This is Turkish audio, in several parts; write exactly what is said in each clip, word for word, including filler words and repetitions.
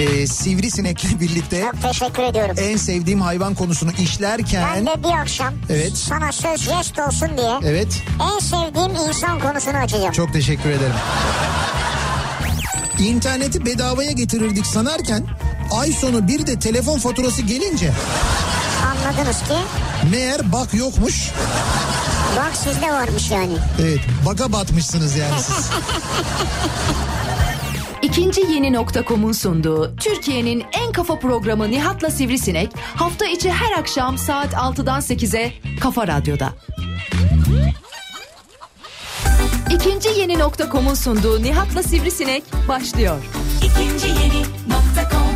Ee, Sivrisinek'le birlikte. Çok teşekkür ediyorum. En sevdiğim hayvan konusunu işlerken. Ben de bir akşam evet. sana söz jest olsun diye. Evet. En sevdiğim insan konusunu açacağım. Çok teşekkür ederim. İnterneti bedavaya getirirdik sanarken ay sonu bir de telefon faturası gelince. Anladınız ki. Meğer bak yokmuş. Bak sizde varmış yani. Evet, baka batmışsınız yani siz. İkinci Yeni nokta com'un sunduğu Türkiye'nin en kafa programı Nihat'la Sivrisinek hafta içi her akşam saat altıdan sekize Kafa Radyo'da. İkinci Yeni nokta com'un sunduğu Nihat'la Sivrisinek başlıyor. İkinci Yeni nokta com.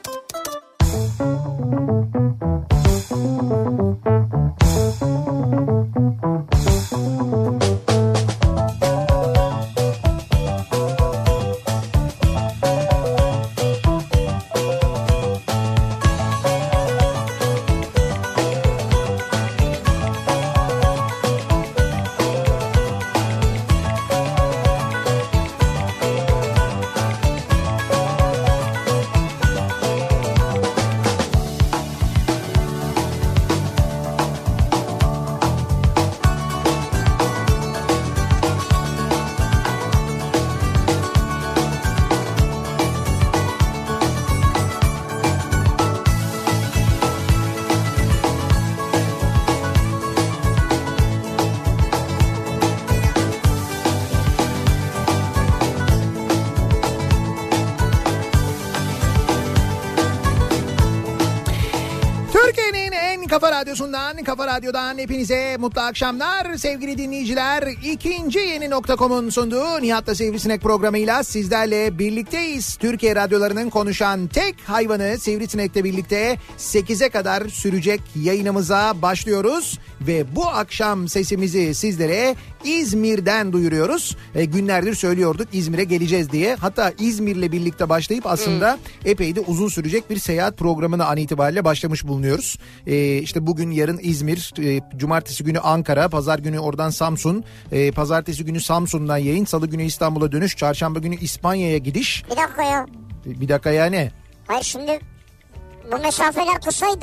Kafa Radyosu'ndan, Kafa Radyo'dan hepinize mutlu akşamlar sevgili dinleyiciler. İkinci Yeni nokta com'un sunduğu Nihat'la Sivrisinek programıyla sizlerle birlikteyiz. Türkiye radyolarının konuşan tek hayvanı Sivrisinek'le birlikte sekize kadar sürecek yayınımıza başlıyoruz. Ve bu akşam sesimizi sizlere İzmir'den duyuruyoruz. E, günlerdir söylüyorduk İzmir'e geleceğiz diye. Hatta İzmir'le birlikte başlayıp aslında hmm. epey de uzun sürecek bir seyahat programına an itibariyle başlamış bulunuyoruz. E, işte bugün yarın İzmir, e, cumartesi günü Ankara, pazar günü oradan Samsun, e, pazartesi günü Samsun'dan yayın, salı günü İstanbul'a dönüş, çarşamba günü İspanya'ya gidiş. Bir dakika ya. Bir, bir dakika ya ne? Hayır şimdi bu mesafeler kısaydı.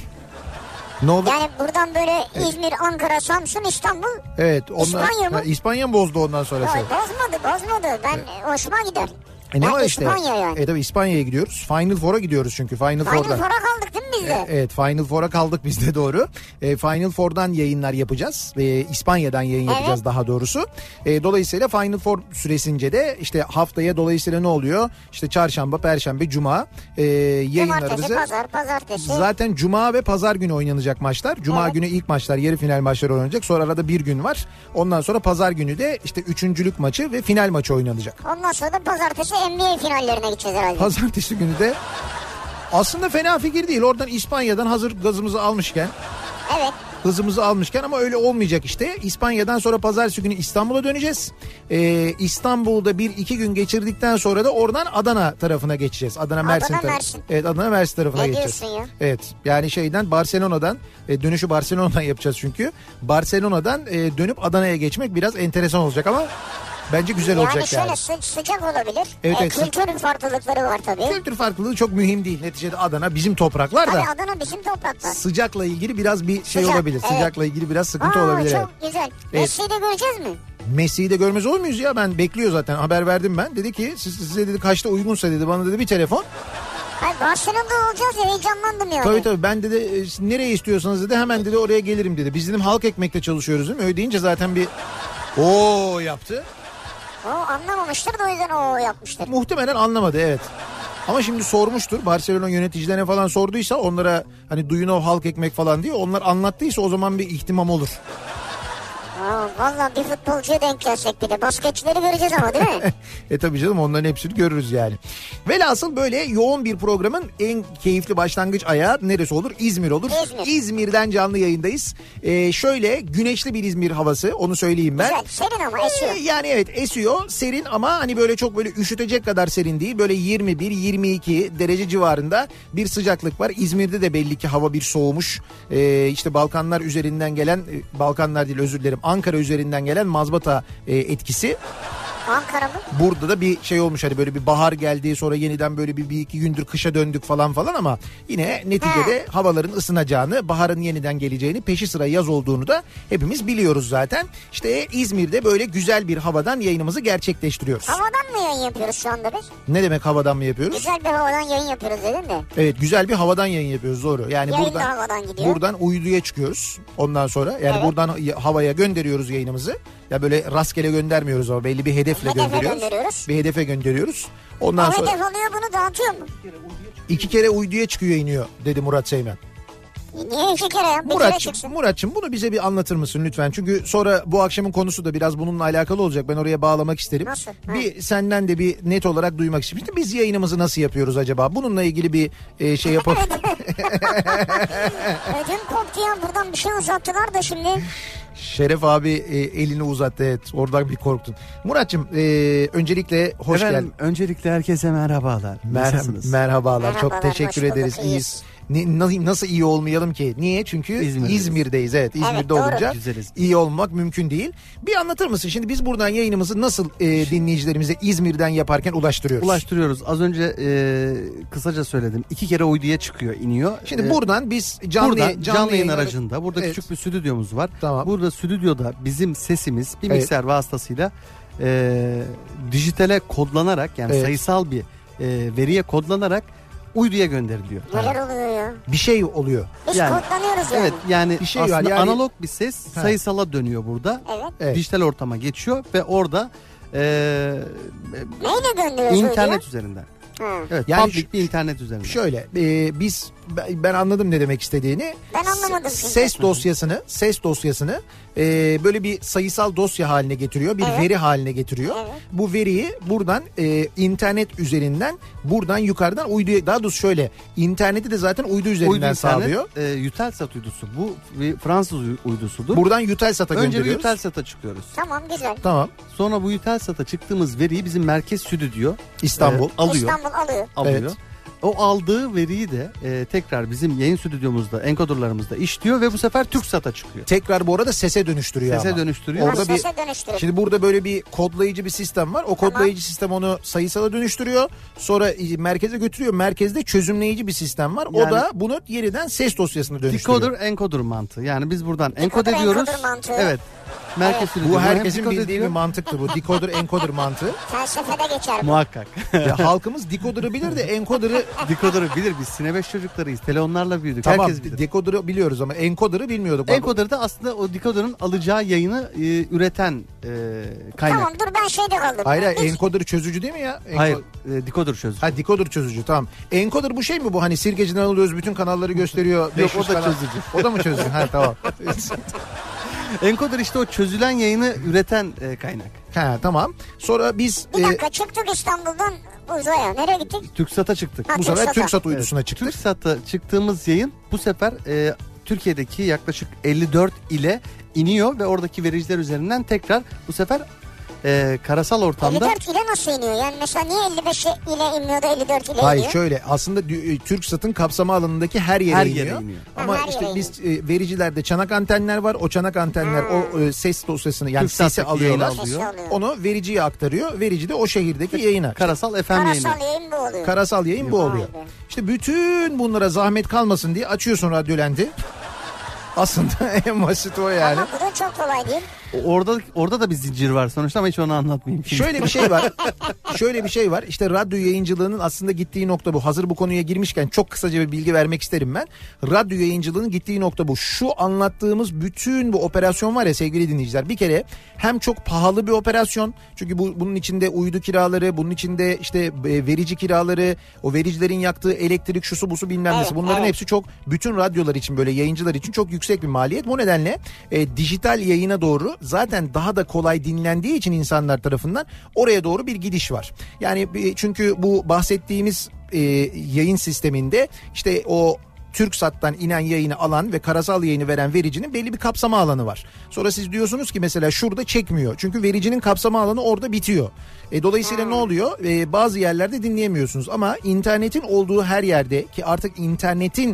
Ne oldu? Yani buradan böyle İzmir, Ankara, Samsun, İstanbul. Evet. Onlar, İspanya mı? Ha, İspanya mı bozdu ondan sonrası? Ya, bozmadı bozmadı. Ben evet. Hoşuma gider. E ne var işte? İspanya yani. E tabii İspanya'ya gidiyoruz. Final Four'a gidiyoruz çünkü. Final, Final Four'dan. Four'a kaldık değil mi biz de? E, evet Final Four'a kaldık biz de doğru. E, Final Four'dan yayınlar yapacağız. E, İspanya'dan yayın evet. yapacağız daha doğrusu. E, dolayısıyla Final Four süresince de işte haftaya dolayısıyla ne oluyor? İşte çarşamba, perşembe, cuma e, yayınlarımızı. Cumartesi, pazar, pazartesi. Zaten cuma ve pazar günü oynanacak maçlar. Cuma evet. günü ilk maçlar, yarı final maçları oynanacak. Sonra arada bir gün var. Ondan sonra pazar günü de işte üçüncülük maçı ve final maçı oynanacak. Ondan sonra da pazartesi N B A finallerine gideceğiz herhalde. Pazartesi günü de aslında fena fikir değil. Oradan İspanya'dan hazır gazımızı almışken. Evet. Hızımızı almışken ama öyle olmayacak işte. İspanya'dan sonra pazartesi günü İstanbul'a döneceğiz. Ee, İstanbul'da bir iki gün geçirdikten sonra da oradan Adana tarafına geçeceğiz. Adana Mersin Adana tarafı. Mersin. Evet Adana Mersin tarafına ne geçeceğiz. Ne diyorsun ya? Evet yani şeyden Barcelona'dan e, dönüşü Barcelona'dan yapacağız çünkü. Barcelona'dan e, dönüp Adana'ya geçmek biraz enteresan olacak ama bence güzel yani olacak yani. Yani şöyle sı- sıcak olabilir. Evet, e, evet. Kültür farklılıkları var tabii. Kültür farklılığı çok mühim değil. Neticede Adana bizim topraklar da. Tabii Adana bizim topraklar. Sıcakla ilgili biraz bir şey Sıcak, olabilir. evet. Sıcakla ilgili biraz sıkıntı Aa, olabilir. Çok güzel. Evet. Messi'yi de göreceğiz mi? Messi'yi de görmez olur muyuz ya? Ben bekliyor zaten. Haber verdim ben. Dedi ki siz, size dedi kaçta uygunsa dedi. Bana dedi bir telefon. Hayır Barcelona'da olacağız ya heyecanlandım yani. Tabii tabii ben dedi nereye istiyorsanız dedi hemen dedi oraya gelirim dedi. Biz dedim halk ekmekte çalışıyoruz değil mi? Öyle deyince zaten bir ooo yaptı. O anlamamıştır da o yüzden o yapmıştır. Muhtemelen anlamadı evet. Ama şimdi sormuştur Barcelona yöneticilerine falan sorduysa onlara hani do you know halk ekmek falan diye onlar anlattıysa o zaman bir ihtimam olur. Aa, vallahi bir futbolcuya denk gelsek bir de basketçileri göreceğiz ama değil mi? e tabii canım onların hepsini görürüz yani. Velhasıl böyle yoğun bir programın en keyifli başlangıç ayağı neresi olur? İzmir olur. İzmir. İzmir'den canlı yayındayız. Ee, şöyle güneşli bir İzmir havası onu söyleyeyim ben. Güzel serin ama esiyor. Ee, yani evet esiyor serin ama hani böyle çok böyle üşütecek kadar serin değil. Böyle yirmi bir yirmi iki derece civarında bir sıcaklık var. İzmir'de de belli ki hava bir soğumuş. Ee, işte Balkanlar üzerinden gelen Balkanlar değil özür dilerim Ankara üzerinden gelen mazbata e, etkisi. Ankara mı? Burada da bir şey olmuş, hani böyle bir bahar geldi, sonra yeniden böyle bir, bir iki gündür kışa döndük falan falan, ama yine neticede ha. havaların ısınacağını, baharın yeniden geleceğini, peşi sıra yaz olduğunu da hepimiz biliyoruz zaten. İşte İzmir'de böyle güzel bir havadan yayınımızı gerçekleştiriyoruz. Havadan mı yayın yapıyoruz şu anda biz? Ne demek havadan mı yapıyoruz? Güzel bir havadan yayın yapıyoruz dedin de. Evet, güzel bir havadan yayın yapıyoruz, doğru. Yani yayın buradan, da havadan gidiyor. Buradan uyduya çıkıyoruz ondan sonra. Yani evet. buradan havaya gönderiyoruz yayınımızı. Ya böyle rastgele göndermiyoruz ama belli bir hedefle hedefe gönderiyoruz. gönderiyoruz. Bir hedefe gönderiyoruz. Ondan o sonra hedef alıyor, bunu dağıtıyor mu? İki kere uyduya çıkıyor, iniyor dedi Murat Seymen. Niye iki kere ya? Bir Muratçım, kere çıksın. Muratçım bunu bize bir anlatır mısın lütfen? Çünkü sonra bu akşamın konusu da biraz bununla alakalı olacak. Ben oraya bağlamak isterim. Nasıl? Bir senden de bir net olarak duymak istemiştim. Biz yayınımızı nasıl yapıyoruz acaba? Bununla ilgili bir e, şey yapalım. Ödüm koptu ya, buradan bir şey uzattılar da şimdi. Şeref abi e, elini uzattı, evet, oradan bir korktun. Muratçım e, öncelikle hoş geldin. Öncelikle herkese merhabalar. Mer- merhabalar. Merhabalar, Çok teşekkür ederiz. Bulduk, iyiyiz. Ne, nasıl, nasıl iyi olmayalım ki? Niye? Çünkü İzmir'deyiz. İzmir'deyiz. Evet, İzmir'de evet, doğru. olunca Güzeliz. iyi olmak mümkün değil. Bir anlatır mısın? Şimdi biz buradan yayınımızı nasıl e, dinleyicilerimize İzmir'den yaparken ulaştırıyoruz? Ulaştırıyoruz. Az önce e, kısaca söyledim. İki kere uyduya çıkıyor, iniyor. Şimdi E, buradan biz canlı, buradan, canlı, canlı yayın yayın aracında. Burada evet. küçük bir stüdyomuz var. Tamam. Burada stüdyoda bizim sesimiz bir Evet. mikser vasıtasıyla e, dijitale kodlanarak, yani Evet. sayısal bir e, veriye kodlanarak uyduya gönderiliyor. Neler oluyor ya? bir şey oluyor. Biz Yani, kodlanıyoruz yani. Evet, yani Bir şey aslında var, yani- analog bir ses Ha. sayısala dönüyor burada. Evet. Evet. Dijital ortama geçiyor ve orada e, Neyle gönderiyoruz internet uyduya? üzerinden. Ha. Evet, Yani public şu- bir internet üzerinden. Şöyle e, biz ben, ben anladım ne demek istediğini. Ben anlamadım S- çünkü. Ses dosyasını, ses dosyasını e, böyle bir sayısal dosya haline getiriyor, bir Evet. veri haline getiriyor. Evet. Bu veriyi buradan e, internet üzerinden, buradan yukarıdan uyduya, daha doğrusu şöyle, interneti de zaten uydu üzerinden Uydu internet, sağlıyor. e, Eutelsat uydusu. Bu bir Fransız uy- uydusudur. Buradan Eutelsat'a Önce bir gönderiyoruz. Eutelsat'a çıkıyoruz. Tamam, güzel. Tamam. Sonra bu Eutelsat'a çıktığımız veriyi bizim merkez stüdyo İstanbul. e, alıyor. İstanbul alıyor. alıyor. Evet. O aldığı veriyi de e, tekrar bizim yayın stüdyomuzda, enkodurlarımızda işliyor ve bu sefer TürkSat'a çıkıyor. Tekrar bu arada sese dönüştürüyor Sese ama. dönüştürüyor. Orada Orada bir- sese dönüştürüyor. Şimdi burada böyle bir kodlayıcı bir sistem var. O kodlayıcı sistem onu sayısala dönüştürüyor. Sonra e, merkeze götürüyor. Merkezde çözümleyici bir sistem var. O Yani- da bunu yeniden ses dosyasına dönüştürüyor. Decoder encoder mantığı. Yani biz buradan Decoder, enkod ediyoruz. encoder mantığı. Evet. Merkez Evet. stüdyo Bu hem herkesin decode bildiği bir ediyor. mantıktı bu. Decoder encoder mantığı. Felsefede geçer bu. Muhakkak. Ya halkımız decoder'ı bilir de encoder'ı Decoder'ı bilir, biz Sine beş çocuklarıyız. Telefonlarla büyüdük. tamam, Herkes bilir. decoder'ı biliyoruz ama encoder'ı bilmiyorduk. Bak, Encoder da aslında o decoder'ın alacağı yayını e, üreten e, kaynak. Tamam, dur ben şeyde kaldım. hayır hayır, Hiç- encoder çözücü değil mi ya? Enco- Hayır, e, decoder çözücü. Ha, decoder çözücü, tamam. Encoder bu şey mi bu, hani sirkeciden alıyoruz bütün kanalları gösteriyor. Yok, beş yüz o da kanal. çözücü. O da mı çözücü? Ha tamam. Encoder işte o çözülen yayını üreten e, kaynak. Ha tamam. Sonra biz Bir e, dakika, çıktık İstanbul'dan uzaya. Nereye gittik? TürkSat'a çıktık. Ha, bu sefer TürkSat'a. TürkSat uydusuna çıktık. TürkSat'a çıktığımız yayın bu sefer e, Türkiye'deki yaklaşık elli dört ile iniyor ve oradaki vericiler üzerinden tekrar bu sefer e, karasal ortamda elli dört ile nasıl iniyor? Yani mesela niye elli beş ile inmiyor da elli dört ile Hayır iniyor? şöyle, aslında dü- TürkSat'ın kapsama alanındaki her yere her iniyor. yere iniyor. Ama Ha, her işte yere biz e, vericilerde çanak antenler var. O çanak antenler o e, ses dosyasını, yani TürkSat'taki sesi alıyorlar. yayını Sesi alıyor. alıyor. Onu vericiye aktarıyor. Verici de o şehirdeki yayına. Karasal F M yayını. Karasal yayın bu oluyor. Karasal yayın bu Vay oluyor. be. İşte bütün bunlara zahmet kalmasın diye açıyorsun Radyoland'i. Aslında en basit o yani. Ama bu da çok kolay değil. Orada orada da bir zincir var sonuçta ama hiç onu anlatmayayım. şimdi. Şöyle bir şey var. Şöyle bir şey var. İşte radyo yayıncılığının aslında gittiği nokta bu. Hazır bu konuya girmişken çok kısaca bir bilgi vermek isterim ben. Radyo yayıncılığının gittiği nokta bu. Şu anlattığımız bütün bu operasyon var ya sevgili dinleyiciler. Bir kere hem çok pahalı bir operasyon. Çünkü bu bunun içinde uydu kiraları, bunun içinde işte e, verici kiraları, o vericilerin yaktığı elektrik, şusu busu bilmem nesi. Evet, Bunların evet. hepsi çok, bütün radyolar için, böyle yayıncılar için çok yüksek bir maliyet. Bu nedenle e, dijital yayına doğru, zaten daha da kolay dinlendiği için insanlar tarafından, oraya doğru bir gidiş var. Yani e, çünkü bu bahsettiğimiz e, yayın sisteminde işte o TürkSat'tan inen yayını alan ve karasal yayını veren vericinin belli bir kapsama alanı var. Sonra siz diyorsunuz ki mesela şurada çekmiyor. Çünkü vericinin kapsama alanı orada bitiyor. E, dolayısıyla hmm. ne oluyor? E, bazı yerlerde dinleyemiyorsunuz ama internetin olduğu her yerde, ki artık internetin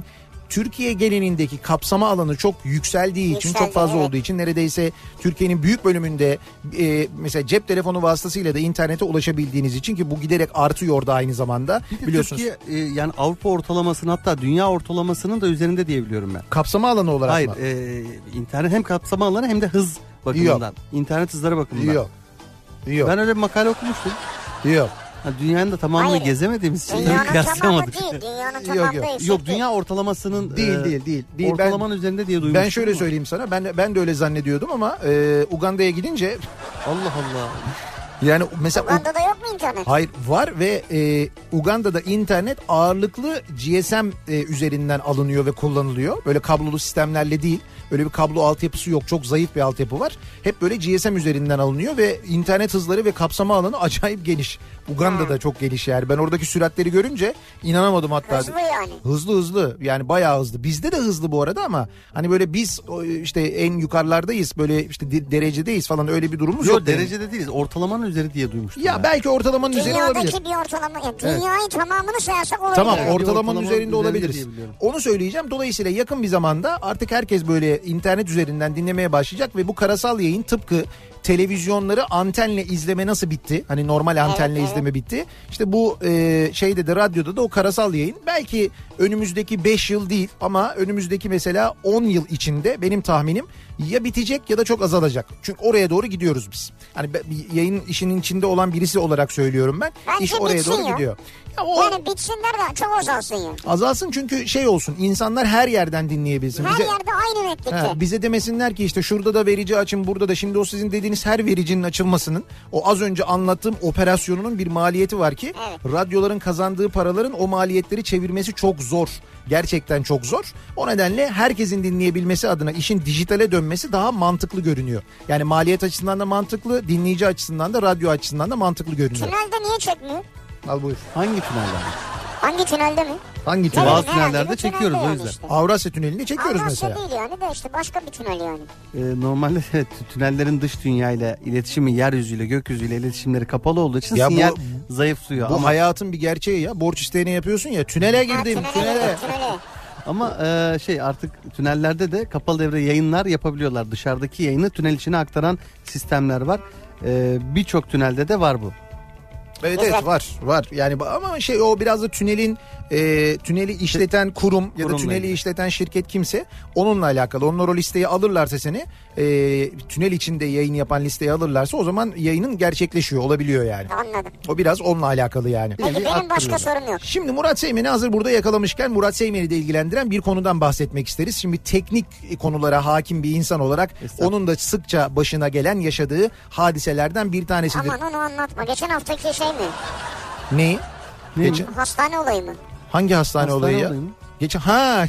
Türkiye genelindeki kapsama alanı çok yükseldiği için, Yükseldi, çok fazla evet. olduğu için neredeyse Türkiye'nin büyük bölümünde e, mesela cep telefonu vasıtasıyla da internete ulaşabildiğiniz için, ki bu giderek artıyor da aynı zamanda Bir de biliyorsunuz. Türkiye e, yani Avrupa ortalamasının, hatta dünya ortalamasının da üzerinde diyebiliyorum ben. Kapsama alanı olarak Hayır, mı? e, internet hem kapsama alanı hem de hız bakımından. İnternet hızları bakımından. Yok. Yok. Ben öyle bir makale okumuştum. Yok. Ha, dünyanın da tamamını Hayır. gezemediğimiz için Dünyanın tamamı kıyaslayamadık. değil. Dünyanın Yok, tamamı yok. yüksek Yok, değil. dünya ortalamasının Değil, e, değil, değil, değil. ortalamanın üzerinde diye duymuştum. Ben şöyle ama. söyleyeyim sana. Ben ben de öyle zannediyordum ama e, Uganda'ya gidince Allah Allah. yani mesela Uganda'da yok mu internet? hayır var ve e, Uganda'da internet ağırlıklı G S M e, üzerinden alınıyor ve kullanılıyor. Böyle kablolu sistemlerle değil. Öyle bir kablo altyapısı yok. Çok zayıf bir altyapı var. Hep böyle G S M üzerinden alınıyor ve internet hızları ve kapsama alanı acayip geniş. Uganda'da Ha. çok geniş yani. Ben oradaki süratleri görünce inanamadım hatta. Hızlı yani. Hızlı hızlı yani bayağı hızlı. Bizde de hızlı bu arada ama hani böyle biz o, işte en yukarılardayız, böyle işte de- derecedeyiz falan, öyle bir durumumuz yok. Yok, derecede değiliz. Ortalamanın üzeri diye duymuştum. Ya ben. belki ortalamanın üzeri olabilir. Dünyadaki bir ortalama. Yani dünyayı tamamını sayarsak olabilir. Tamam, Yani ortalamanın ortalamanın üzerinde üzerinde olabiliriz. diye biliyorum. Onu söyleyeceğim. Dolayısıyla yakın bir zamanda artık herkes böyle internet üzerinden dinlemeye başlayacak ve bu karasal yayın tıpkı televizyonları antenle izleme nasıl bitti? Hani normal antenle evet. izleme bitti. İşte bu e, şeyde de, radyoda da o karasal yayın belki önümüzdeki beş yıl değil ama önümüzdeki mesela on yıl içinde benim tahminim ya bitecek ya da çok azalacak. Çünkü oraya doğru gidiyoruz biz. Hani be- yayın işinin içinde olan birisi olarak söylüyorum ben. Bence İş oraya bitsin doğru ya. gidiyor. Ya o Yani bitsinler de çok azalsın yani. azalsın çünkü şey olsun, insanlar her yerden dinleyebilsin. Her Bize, yerde aynı netlikte. ha, bize demesinler ki işte şurada da verici açın, burada da. Şimdi o sizin dediğiniz her vericinin açılmasının, o az önce anlattığım operasyonunun bir maliyeti var ki Evet. radyoların kazandığı paraların o maliyetleri çevirmesi çok zor. Gerçekten çok zor. O nedenle herkesin dinleyebilmesi adına işin dijitale dönmesi daha mantıklı görünüyor. Yani maliyet açısından da mantıklı, dinleyici açısından da, radyo açısından da mantıklı görünüyor. Tünelde niye çekmiyor? Al buyur. Hangi tünelden? Hangi tünelde mi? Hangi Evet, tünel? Bazı herhalde tünellerde bir tünelde çekiyoruz, o yani yüzden. işte. Avrasya Tüneli'ni çekiyoruz Avrasya mesela. değil yani de işte başka bir tünel yani. Ee, normalde evet, tünellerin dış dünyayla iletişimi, yeryüzüyle, gökyüzüyle iletişimleri kapalı olduğu için Ya bu- sinyal zayıflıyor. Bu Ama hayatın bir gerçeği ya. Borç isteyene yapıyorsun ya. Tünele Ha, girdim, tünele, tünele. tünele. ama e, şey, artık tünellerde de kapalı devre yayınlar yapabiliyorlar. Dışarıdaki yayını tünel içine aktaran sistemler var. Ee, Birçok tünelde de var bu. Evet Güzel. evet var var yani bu- ama şey, o biraz da tünelin e, tüneli işleten kurum ya da Kurumla tüneli ilgili. işleten şirket kimse onunla alakalı. Onlar o listeyi alırlarsa seni, e, tünel içinde yayın yapan listeyi alırlarsa o zaman yayının gerçekleşiyor, olabiliyor yani. Anladım. O biraz onunla alakalı yani. Peki Nevi benim başka arttırıyorlar. sorum yok. Şimdi Murat Seymen'i hazır burada yakalamışken Murat Seymen'i de ilgilendiren bir konudan bahsetmek isteriz. Şimdi teknik konulara hakim bir insan olarak Estağfurullah. onun da sıkça başına gelen, yaşadığı hadiselerden bir tanesidir. Aman onu anlatma. Geçen haftaki şey mi? Neyi? Ne? Geçen- Hastane olayı mı? Hangi hastane, Hastane olayı ya? olayı mı? Geçen ha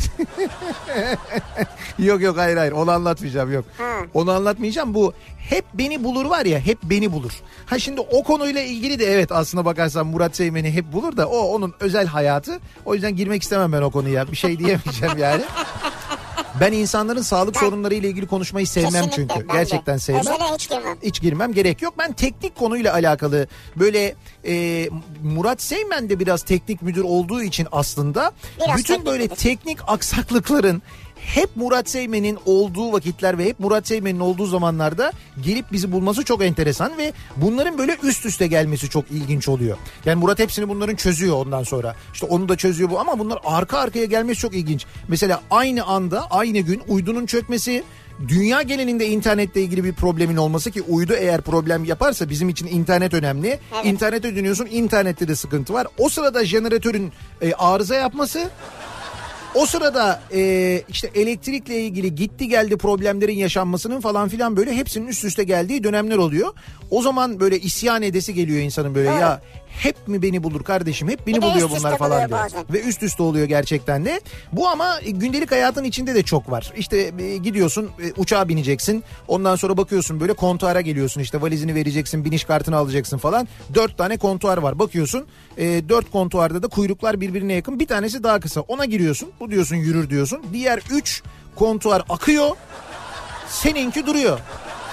yok yok hayır hayır onu anlatmayacağım, yok. Ha. Onu anlatmayacağım. Bu hep beni bulur var ya, hep beni bulur. Ha şimdi o konuyla ilgili de evet, aslına bakarsan Murat Seymen'i hep bulur da o onun özel hayatı. O yüzden girmek istemem ben o konuya. Bir şey diyemeyeceğim yani. Ben insanların sağlık sorunları ile ilgili konuşmayı sevmem Kesinlikle, çünkü. ben de. Gerçekten sevmem. Özele hiç girmem. Hiç girmem, gerek yok. Ben teknik konuyla alakalı böyle e, Murat Seymen de biraz teknik müdür olduğu için aslında Biraz bütün teknik böyle müdür. teknik aksaklıkların hep Murat Seymen'in olduğu vakitler ve hep Murat Seymen'in olduğu zamanlarda gelip bizi bulması çok enteresan ve bunların böyle üst üste gelmesi çok ilginç oluyor. Yani Murat hepsini bunların çözüyor ondan sonra. İşte onu da çözüyor bu, ama bunlar arka arkaya gelmesi çok ilginç. Mesela aynı anda, aynı gün uydunun çökmesi, dünya genelinde internetle ilgili bir problemin olması, ki uydu eğer problem yaparsa bizim için internet önemli. Evet. İnternete dönüyorsun, internette de sıkıntı var. O sırada jeneratörün e, arıza yapması. O sırada e, işte elektrikle ilgili gitti geldi problemlerin yaşanmasının falan filan, böyle hepsinin üst üste geldiği dönemler oluyor. O zaman böyle isyan edesi geliyor insanın, böyle Evet. ya hep mi beni bulur kardeşim, hep beni Bir de buluyor üst bunlar üste falan buluyor diyor. bazen. Ve üst üste oluyor gerçekten de. Bu ama gündelik hayatın içinde de çok var. İşte e, gidiyorsun e, uçağa bineceksin, ondan sonra bakıyorsun böyle kontuara geliyorsun, işte valizini vereceksin, biniş kartını alacaksın falan. Dört tane kontuar var, bakıyorsun e, dört kontuarda da kuyruklar birbirine yakın, bir tanesi daha kısa, ona giriyorsun, bu diyorsun yürür diyorsun. Diğer üç kontuar akıyor, seninki duruyor.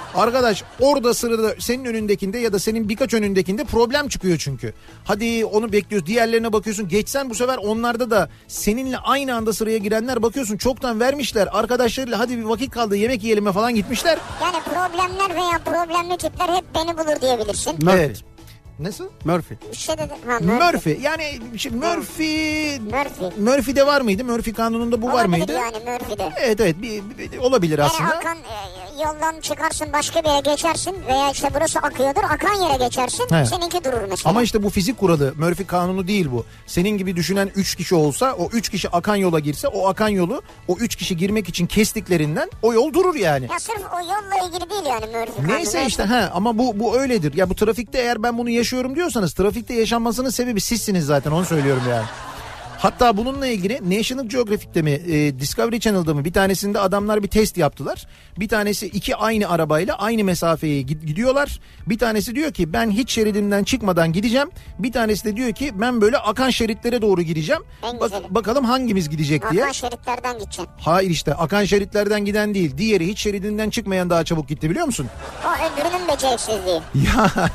Arkadaş orada sırada senin önündekinde ya da senin birkaç önündekinde problem çıkıyor çünkü. Hadi onu bekliyoruz, diğerlerine bakıyorsun. Geçsen bu sefer onlarda da seninle aynı anda sıraya girenler bakıyorsun çoktan vermişler. Arkadaşlarıyla hadi bir vakit kaldı yemek yiyelim falan gitmişler. Yani problemler veya problemli tipler hep beni bulur diyebilirsin. Murphy. Evet. Nasıl? Murphy. Bir şey dedi. Ha, Murphy. Murphy. Yani şimdi Murphy... Murphy. Murphy'de var mıydı? Murphy kanununda bu var Olabilir mıydı? yani Murphy'de. Evet evet bir, bir- bir- olabilir Yani aslında. akan e, yoldan çıkarsın başka bir yere geçersin veya işte burası akıyordur akan yere geçersin He. seninki durur mesela. Ama işte bu fizik kuralı, Murphy kanunu değil bu. Senin gibi düşünen üç kişi olsa, o üç kişi akan yola girse, o akan yolu o üç kişi girmek için kestiklerinden o yol durur yani. Ya sırf o yolla ilgili değil yani Murphy kanunu. Neyse işte ha ama bu bu öyledir. Ya bu trafikte eğer ben bunu yaşıyorum diyorsanız trafikte yaşanmasının sebebi sizsiniz zaten, onu söylüyorum yani. Hatta bununla ilgili National Geographic'te mi e, Discovery Channel'da mı bir tanesinde adamlar bir test yaptılar. Bir tanesi iki aynı arabayla aynı mesafeye gidiyorlar. Bir tanesi diyor ki ben hiç şeridimden çıkmadan gideceğim. Bir tanesi de diyor ki ben böyle akan şeritlere doğru gideceğim. Bak, bakalım hangimiz gidecek akan diye. Akan şeritlerden gideceksin. Hayır işte akan şeritlerden giden değil. Diğeri hiç şeridinden çıkmayan daha çabuk gitti biliyor musun? O öbürünün beceriksizliği. Ya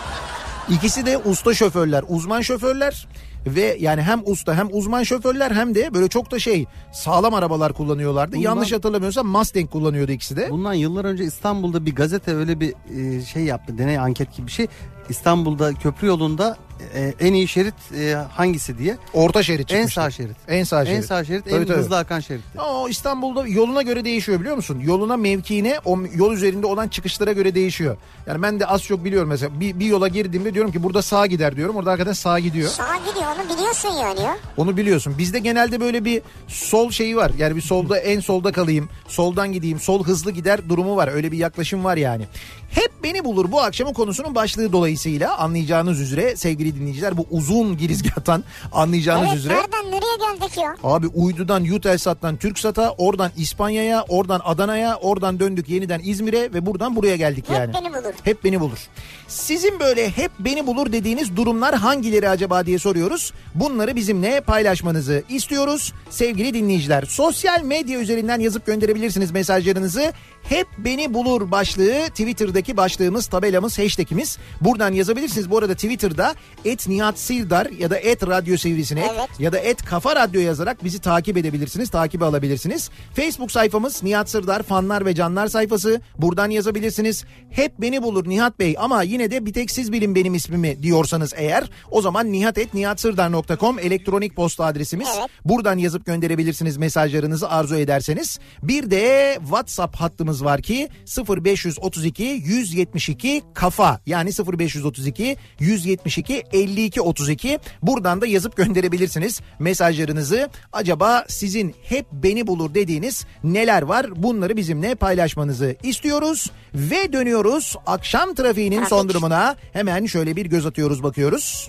ikisi de usta şoförler, uzman şoförler. Ve yani hem usta hem uzman şoförler hem de böyle çok da şey sağlam arabalar kullanıyorlardı. Bundan, Yanlış hatırlamıyorsam Mustang kullanıyordu ikisi de. Bundan yıllar önce İstanbul'da bir gazete öyle bir e, şey yaptı, deney anket gibi bir şey. İstanbul'da köprü yolunda e, en iyi şerit e, hangisi diye. Orta şerit çıkmıştı. En sağ şerit. En sağ şerit. En sağ şerit Tabii, en tabii. hızlı akan şeritti. O İstanbul'da yoluna göre değişiyor biliyor musun? Yoluna, mevkiine, o yol üzerinde olan çıkışlara göre değişiyor. Yani ben de az çok biliyorum mesela bir, bir yola girdiğimde diyorum ki burada sağ gider diyorum. Orada hakikaten sağ gidiyor. Sağa gidiyor onu biliyorsun yani ya. Onu biliyorsun. Bizde genelde böyle bir sol şeyi var. Yani bir solda en solda kalayım, soldan gideyim, sol hızlı gider durumu var. Öyle bir yaklaşım var yani. Hep beni bulur bu akşamın konusunun başlığı dolayısıyla anlayacağınız üzere sevgili dinleyiciler bu uzun girizgahtan anlayacağınız Evet, üzere. nereden nereye geldik ya? Abi uydudan Eutelsat'tan Türksat'a, oradan İspanya'ya, oradan Adana'ya, oradan döndük yeniden İzmir'e ve buradan buraya geldik Hep yani. beni bulur. Hep beni bulur. Sizin böyle hep beni bulur dediğiniz durumlar hangileri acaba diye soruyoruz. Bunları bizimle paylaşmanızı istiyoruz sevgili dinleyiciler. Sosyal medya üzerinden yazıp gönderebilirsiniz mesajlarınızı. Hep beni bulur başlığı Twitter'daki başlığımız, tabelamız, hashtagimiz. Buradan yazabilirsiniz. Bu arada Twitter'da et Nihat Sırdar ya da et Radyo Sivrisinek Evet. ya da et Kafa Radyo yazarak bizi takip edebilirsiniz, takibe alabilirsiniz. Facebook sayfamız Nihat Sırdar fanlar ve canlar sayfası. Buradan yazabilirsiniz. Hep beni bulur Nihat Bey ama yine de bir tek siz bilin benim ismimi diyorsanız eğer o zaman nihat et nihat sırdar nokta com elektronik posta adresimiz. Evet. Buradan yazıp gönderebilirsiniz mesajlarınızı arzu ederseniz. Bir de WhatsApp hattımız var ki sıfır beş otuz iki yüz yetmiş iki kafa yani sıfır beş otuz iki yüz yetmiş iki elli iki otuz iki buradan da yazıp gönderebilirsiniz mesajlarınızı. Acaba sizin hep beni bulur dediğiniz neler var? Bunları bizimle paylaşmanızı istiyoruz ve dönüyoruz akşam trafiğinin Trafik. son durumuna. Hemen şöyle bir göz atıyoruz, bakıyoruz.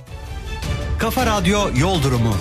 Kafa Radyo Yol Durumu.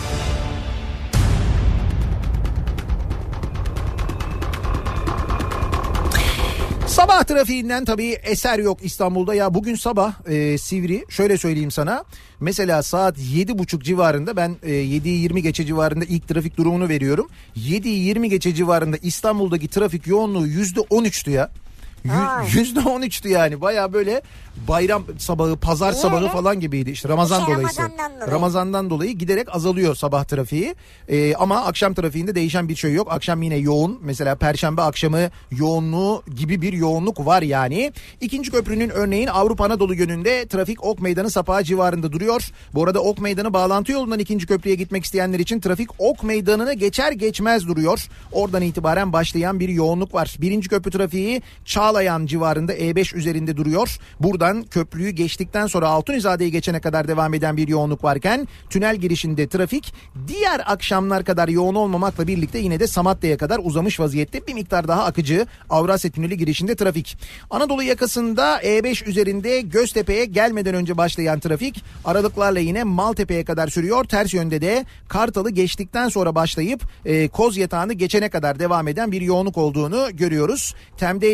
Sabah trafiğinden tabii eser yok İstanbul'da. Ya bugün sabah e, Sivri, şöyle söyleyeyim sana. Mesela saat yedi buçuk civarında ben e, yediyi yirmi geçe civarında ilk trafik durumunu veriyorum. yediyi yirmi geçe civarında İstanbul'daki trafik yoğunluğu yüzde on üçtü ya. yüzde on üçtü yani, baya böyle bayram sabahı, pazar Niye sabahı öyle? falan gibiydi işte Ramazan İşte dolayısıyla. Ramazan'dan dolayı. Ramazan'dan dolayı giderek azalıyor sabah trafiği. Ee, ama akşam trafiğinde değişen bir şey yok. Akşam yine yoğun. Mesela Perşembe akşamı yoğunluğu gibi bir yoğunluk var yani. İkinci köprünün örneğin Avrupa Anadolu yönünde trafik Ok Meydanı Sapağı civarında duruyor. Bu arada Ok Meydanı bağlantı yolundan ikinci köprüye gitmek isteyenler için trafik Ok Meydanı'nı geçer geçmez duruyor. Oradan itibaren başlayan bir yoğunluk var. Birinci köprü trafiği Çağlayan civarında E beş üzerinde duruyor. Buradan köprüyü geçtikten sonra Altunizade'yi geçene kadar devam eden bir yoğunluk varken tünel girişinde trafik diğer akşamlar kadar yoğun olmamakla birlikte yine de Samatya'ya kadar uzamış vaziyette, bir miktar daha akıcı Avrasya Tüneli girişinde trafik. Anadolu yakasında E beş üzerinde Göztepe'ye gelmeden önce başlayan trafik aralıklarla yine Maltepe'ye kadar sürüyor. Ters yönde de Kartal'ı geçtikten sonra başlayıp e, Kozyatağı'nı geçene kadar devam eden bir yoğunluk olduğunu görüyoruz. Tem'de ise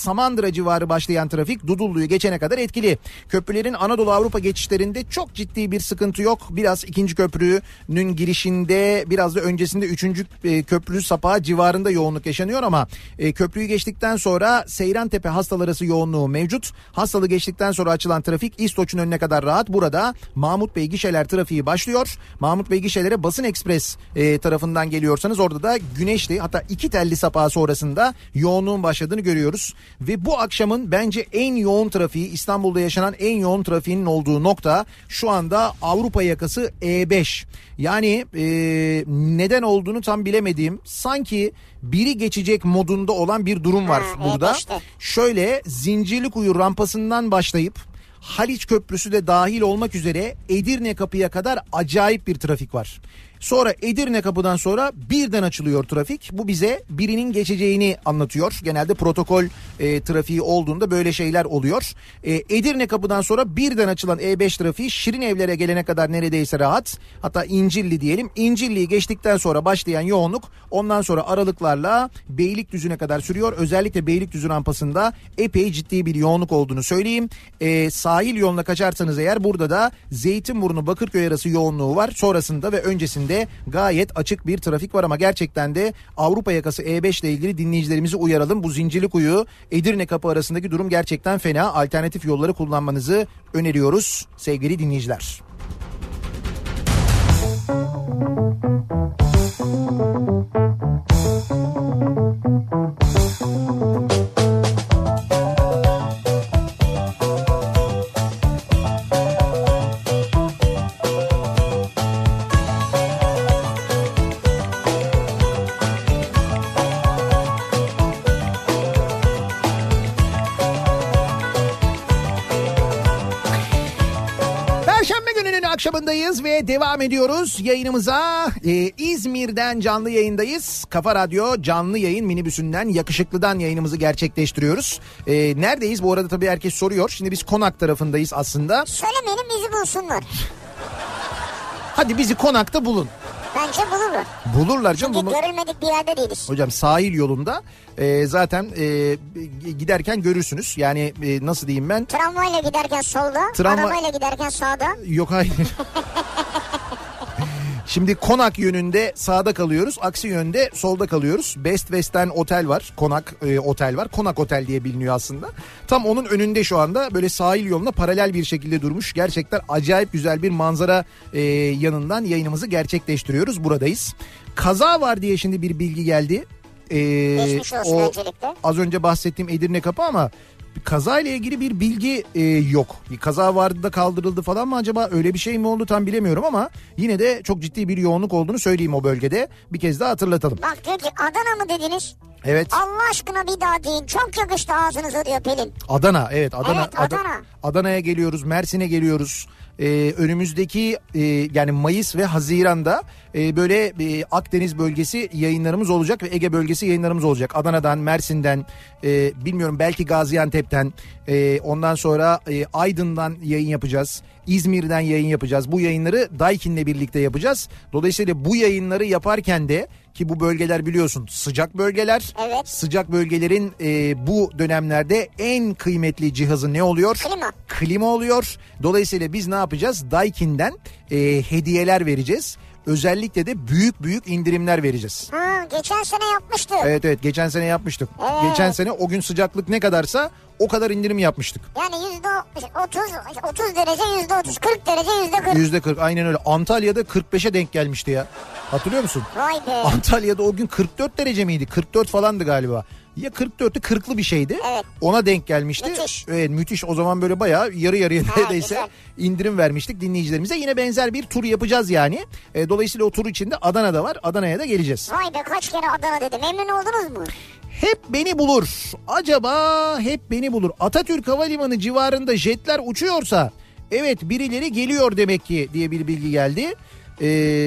Samandıra civarı başlayan trafik Dudullu'yu geçene kadar etkili. Köprülerin Anadolu Avrupa geçişlerinde çok ciddi bir sıkıntı yok. Biraz ikinci köprünün girişinde, biraz da öncesinde üçüncü e, köprü sapağı civarında yoğunluk yaşanıyor ama e, köprüyü geçtikten sonra Seyrantepe Hastal arası yoğunluğu mevcut. Hastalı geçtikten sonra açılan trafik İstoç'un önüne kadar rahat. Burada Mahmut Bey gişeler trafiği başlıyor. Mahmut Bey gişelere Basın Ekspres e, tarafından geliyorsanız orada da Güneşli, hatta iki telli sapağı sonrasında yoğunluğun başladığını görüyoruz. Ve bu akşamın bence en yoğun trafiği, İstanbul'da yaşanan en yoğun trafiğinin olduğu nokta şu anda Avrupa yakası E beş. Yani e, neden olduğunu tam bilemediğim, sanki biri geçecek modunda olan bir durum var ha, burada. E beşte. Şöyle Zincirlikuyu rampasından başlayıp Haliç Köprüsü de dahil olmak üzere Edirne Kapı'ya kadar acayip bir trafik var. Sonra Edirne Kapı'dan sonra birden açılıyor trafik. Bu bize birinin geçeceğini anlatıyor. Genelde protokol e, trafiği olduğunda böyle şeyler oluyor. E, Edirne Kapı'dan sonra birden açılan E beş trafiği Şirinevler'e gelene kadar neredeyse rahat. Hatta İncilli diyelim. İncilli'yi geçtikten sonra başlayan yoğunluk ondan sonra aralıklarla Beylikdüzü'ne kadar sürüyor. Özellikle Beylikdüzü rampasında epey ciddi bir yoğunluk olduğunu söyleyeyim. E, sahil yoluna kaçarsanız eğer burada da Zeytinburnu Bakırköy arası yoğunluğu var. Sonrasında ve öncesinde gayet açık bir trafik var ama gerçekten de Avrupa yakası E beş ile ilgili dinleyicilerimizi uyaralım. Bu Zincirlikuyu Edirne Kapı arasındaki durum gerçekten fena. Alternatif yolları kullanmanızı öneriyoruz sevgili dinleyiciler. Akşamındayız ve devam ediyoruz yayınımıza. Ee, İzmir'den canlı yayındayız. Kafa Radyo canlı yayın minibüsünden, Yakışıklı'dan yayınımızı gerçekleştiriyoruz. Ee, neredeyiz? Bu arada tabii herkes soruyor. Şimdi biz Konak tarafındayız aslında. Söylemeyelim, bizi bulsunlar. Hadi bizi Konak'ta bulun. Bence bulurlar. Bulurlar canım. Çünkü Bunu... görülmedik bir yerde değiliz. Hocam sahil yolunda e, zaten e, giderken görürsünüz. Yani e, nasıl diyeyim ben? Tramvayla giderken solda, Tramvay... arabayla giderken sağda. Yok hayır. Şimdi Konak yönünde sağda kalıyoruz. Aksi yönde solda kalıyoruz. Best Western Otel var. Konak e, Otel var. Konak Otel diye biliniyor aslında. Tam onun önünde şu anda böyle sahil yoluna paralel bir şekilde durmuş. Gerçekten acayip güzel bir manzara e, yanından yayınımızı gerçekleştiriyoruz. Buradayız. Kaza var diye şimdi bir bilgi geldi. E, Geçmiş olsun o, öncelikle. Az önce bahsettiğim Edirne Kapı ama kazayla ilgili bir bilgi e, yok. Bir kaza vardı da kaldırıldı falan mı acaba, öyle bir şey mi oldu tam bilemiyorum ama yine de çok ciddi bir yoğunluk olduğunu söyleyeyim o bölgede. Bir kez daha hatırlatalım. Bak diyor ki Adana mı dediniz? Evet. Allah aşkına bir daha deyin. Çok yakıştı ağzınıza diyor Pelin. Adana, evet Adana. Evet, Adana. Ad- Adana'ya geliyoruz, Mersin'e geliyoruz. Ee, önümüzdeki e, yani Mayıs ve Haziran'da e, böyle e, Akdeniz bölgesi yayınlarımız olacak ve Ege bölgesi yayınlarımız olacak. Adana'dan, Mersin'den, e, bilmiyorum belki Gaziantep'ten, e, ondan sonra e, Aydın'dan yayın yapacağız. İzmir'den yayın yapacağız. Bu yayınları Daikin'le birlikte yapacağız. Dolayısıyla bu yayınları yaparken de, ki bu bölgeler biliyorsun sıcak bölgeler. Evet. Sıcak bölgelerin e, bu dönemlerde en kıymetli cihazı ne oluyor? Klima. Klima oluyor. Dolayısıyla biz ne yapacağız? Daikin'den e, hediyeler vereceğiz. Özellikle de büyük büyük indirimler vereceğiz. Ha, geçen sene yapmıştık. Evet evet geçen sene yapmıştık. Evet. Geçen sene o gün sıcaklık ne kadarsa o kadar indirim yapmıştık. Yani yüzde otuz, otuz derece yüzde otuz, kırk derece yüzde kırk. Yüzde kırk aynen öyle. Antalya'da kırk beşe denk gelmişti ya. Hatırlıyor musun? Vay be. Antalya'da o gün kırk dört derece miydi? kırk dört falandı galiba. Ya kırk dörtte kırklı bir şeydi. Evet. Ona denk gelmişti. Müthiş. Evet müthiş. O zaman böyle bayağı yarı yarıya Ha, neredeyse güzel. indirim vermiştik dinleyicilerimize. Yine benzer bir tur yapacağız yani. E, dolayısıyla o tur içinde Adana'da var. Adana'ya da geleceğiz. Vay be, kaç kere Adana dedi. Memnun oldunuz mu? Hep beni bulur. Acaba hep beni bulur. Atatürk Havalimanı civarında jetler uçuyorsa evet birileri geliyor demek ki diye bir bilgi geldi. E,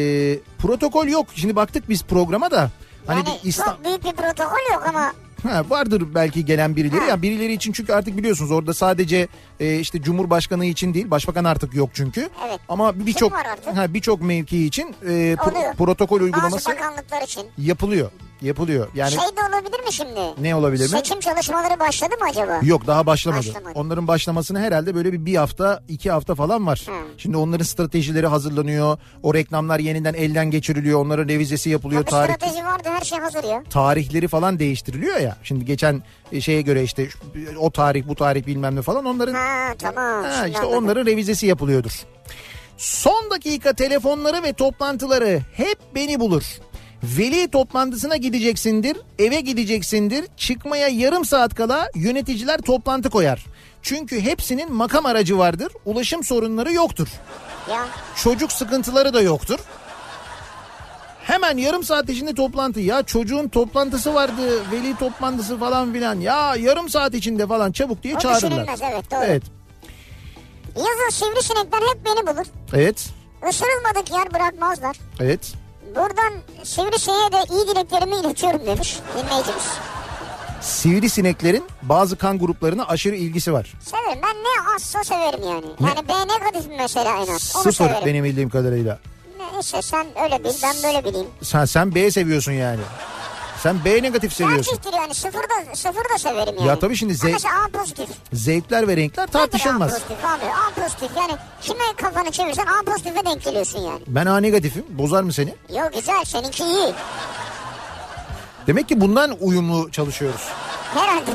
protokol yok. Şimdi baktık biz programa da. Hani Yani bir İsta- çok büyük bir protokol yok ama... Ha, vardır belki gelen birileri. Ha. Ya birileri için, çünkü artık biliyorsunuz orada sadece e, işte Cumhurbaşkanı için değil, başbakan artık yok çünkü. Evet. Ama birçok var artık? ha birçok mevki için e, pro- Oluyor. protokol Bazı uygulaması bakanlıklar için. yapılıyor. Yapılıyor. Yani Şey de olabilir mi şimdi? Ne olabilir mi? Seçim çalışmaları başladı mı acaba? Yok, daha başlamadı. Başlamadı. Onların başlamasını herhalde böyle bir, bir hafta iki hafta falan var. Hı. Şimdi onların stratejileri hazırlanıyor. O reklamlar yeniden elden geçiriliyor. Onların revizesi yapılıyor. Tabii Tarih, strateji vardı, her şey hazır ya. tarihleri falan değiştiriliyor ya. Şimdi geçen şeye göre işte o tarih bu tarih bilmem ne falan onların Ha tamam. ha, Şimdi işte anladım. onların revizesi yapılıyordur. Son dakika telefonları ve toplantıları hep beni bulur. Veli toplantısına gideceksindir, eve gideceksindir. Çıkmaya yarım saat kala yöneticiler toplantı koyar. Çünkü hepsinin makam aracı vardır. Ulaşım sorunları yoktur. Ya. Çocuk sıkıntıları da yoktur. Hemen yarım saat içinde toplantı. Ya çocuğun toplantısı vardı, veli toplantısı falan filan. Ya yarım saat içinde falan çabuk diye O çağırırlar. düşünülmez, evet, doğru. Evet. Yazın sivrisinekler hep beni bulur. Evet. Isırılmadık yer bırakmazlar. Evet. Buradan sivrisineğe de iyi dileklerimi iletiyorum demiş dinleyicimiz. Sivrisineklerin bazı kan gruplarına aşırı ilgisi var. Severim, ben ne azsa severim yani. Ne? Yani B negatif mesela en az. Onu Sıfır severim. benim bildiğim kadarıyla. Neyse sen öyle bil, ben böyle bileyim. Sen sen B seviyorsun yani. Sen B negatif seviyorsun. Tercihtir yani, sıfır da, sıfır da severim yani. Ya tabii şimdi Ama zevk- mesela A pozitif. Zevkler ve renkler tartışılmaz. Nedir A pozitif abi? A pozitif yani kime kafanı çevirsen A pozitife denk geliyorsun yani. Ben A negatifim. Bozar mı seni? Yok güzel, seninki iyi. Demek ki bundan uyumlu çalışıyoruz. Herhalde.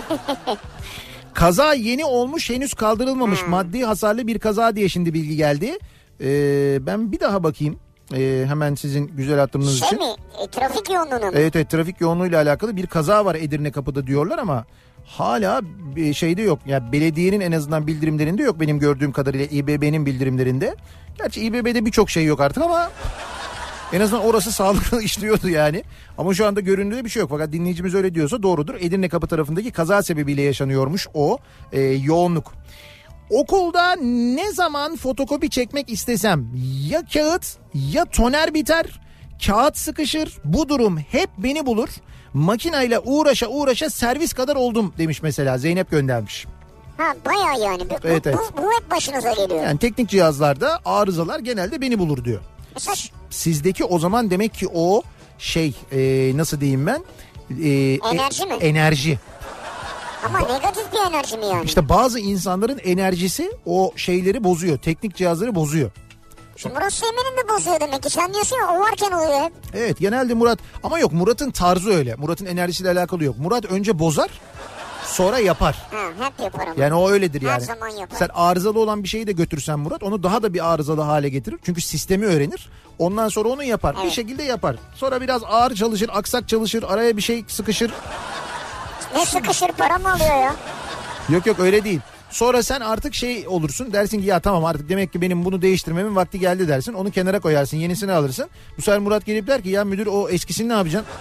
Kaza yeni olmuş, henüz kaldırılmamış. Hmm. Maddi hasarlı bir kaza diye şimdi bilgi geldi. Ee, ben bir daha bakayım. Ee, hemen sizin güzel hatırınız Şey için. mi? E, trafik yoğunluğuna mı? Evet evet, trafik yoğunluğuyla alakalı bir kaza var Edirne Kapı'da diyorlar ama hala bir şeyde yok. Yani belediyenin en azından bildirimlerinde yok benim gördüğüm kadarıyla, İBB'nin bildirimlerinde. Gerçi İBB'de birçok şey yok artık ama en azından orası sağlıklı işliyordu yani. Ama şu anda göründüğü bir şey yok. Fakat dinleyicimiz öyle diyorsa doğrudur. Edirne Kapı tarafındaki kaza sebebiyle yaşanıyormuş o e, yoğunluk. Okulda ne zaman fotokopi çekmek istesem ya kağıt ya toner biter, kağıt sıkışır. Bu durum hep beni bulur. Makineyle uğraşa uğraşa servis kadar oldum demiş mesela, Zeynep göndermiş. Ha bayağı yani. Bu, Evet, bu, evet. bu, bu hep başınıza geliyor. Yani teknik cihazlarda arızalar genelde beni bulur diyor. Mesela Sizdeki o zaman demek ki o şey e, nasıl diyeyim ben? E, Enerji e, mi? Enerji. ama negatif bir enerji mi yani? İşte bazı insanların enerjisi o şeyleri bozuyor. Teknik cihazları bozuyor. Şimdi Murat Seymen'in de bozuyor demek ki. Sen diyorsun ya, o varken oluyor hep. Evet, genelde Murat, ama yok, Murat'ın tarzı öyle. Murat'ın enerjisiyle alakalı yok. Murat önce bozar, sonra yapar. Ha, hep yapar ama. Yani o öyledir yani. Her zaman yapar. Sen arızalı olan bir şeyi de götürsen Murat, onu daha da bir arızalı hale getirir. Çünkü sistemi öğrenir. Ondan sonra onu yapar. Evet. Bir şekilde yapar. Sonra biraz ağır çalışır, aksak çalışır, araya bir şey sıkışır. Ne sıkışır, para mı alıyor ya? Yok yok, öyle değil. Sonra sen artık şey olursun, dersin ki ya tamam artık demek ki benim bunu değiştirmemin vakti geldi dersin. Onu kenara koyarsın, yenisini alırsın. Bu sefer Murat gelip der ki ya müdür o eskisini ne yapacaksın?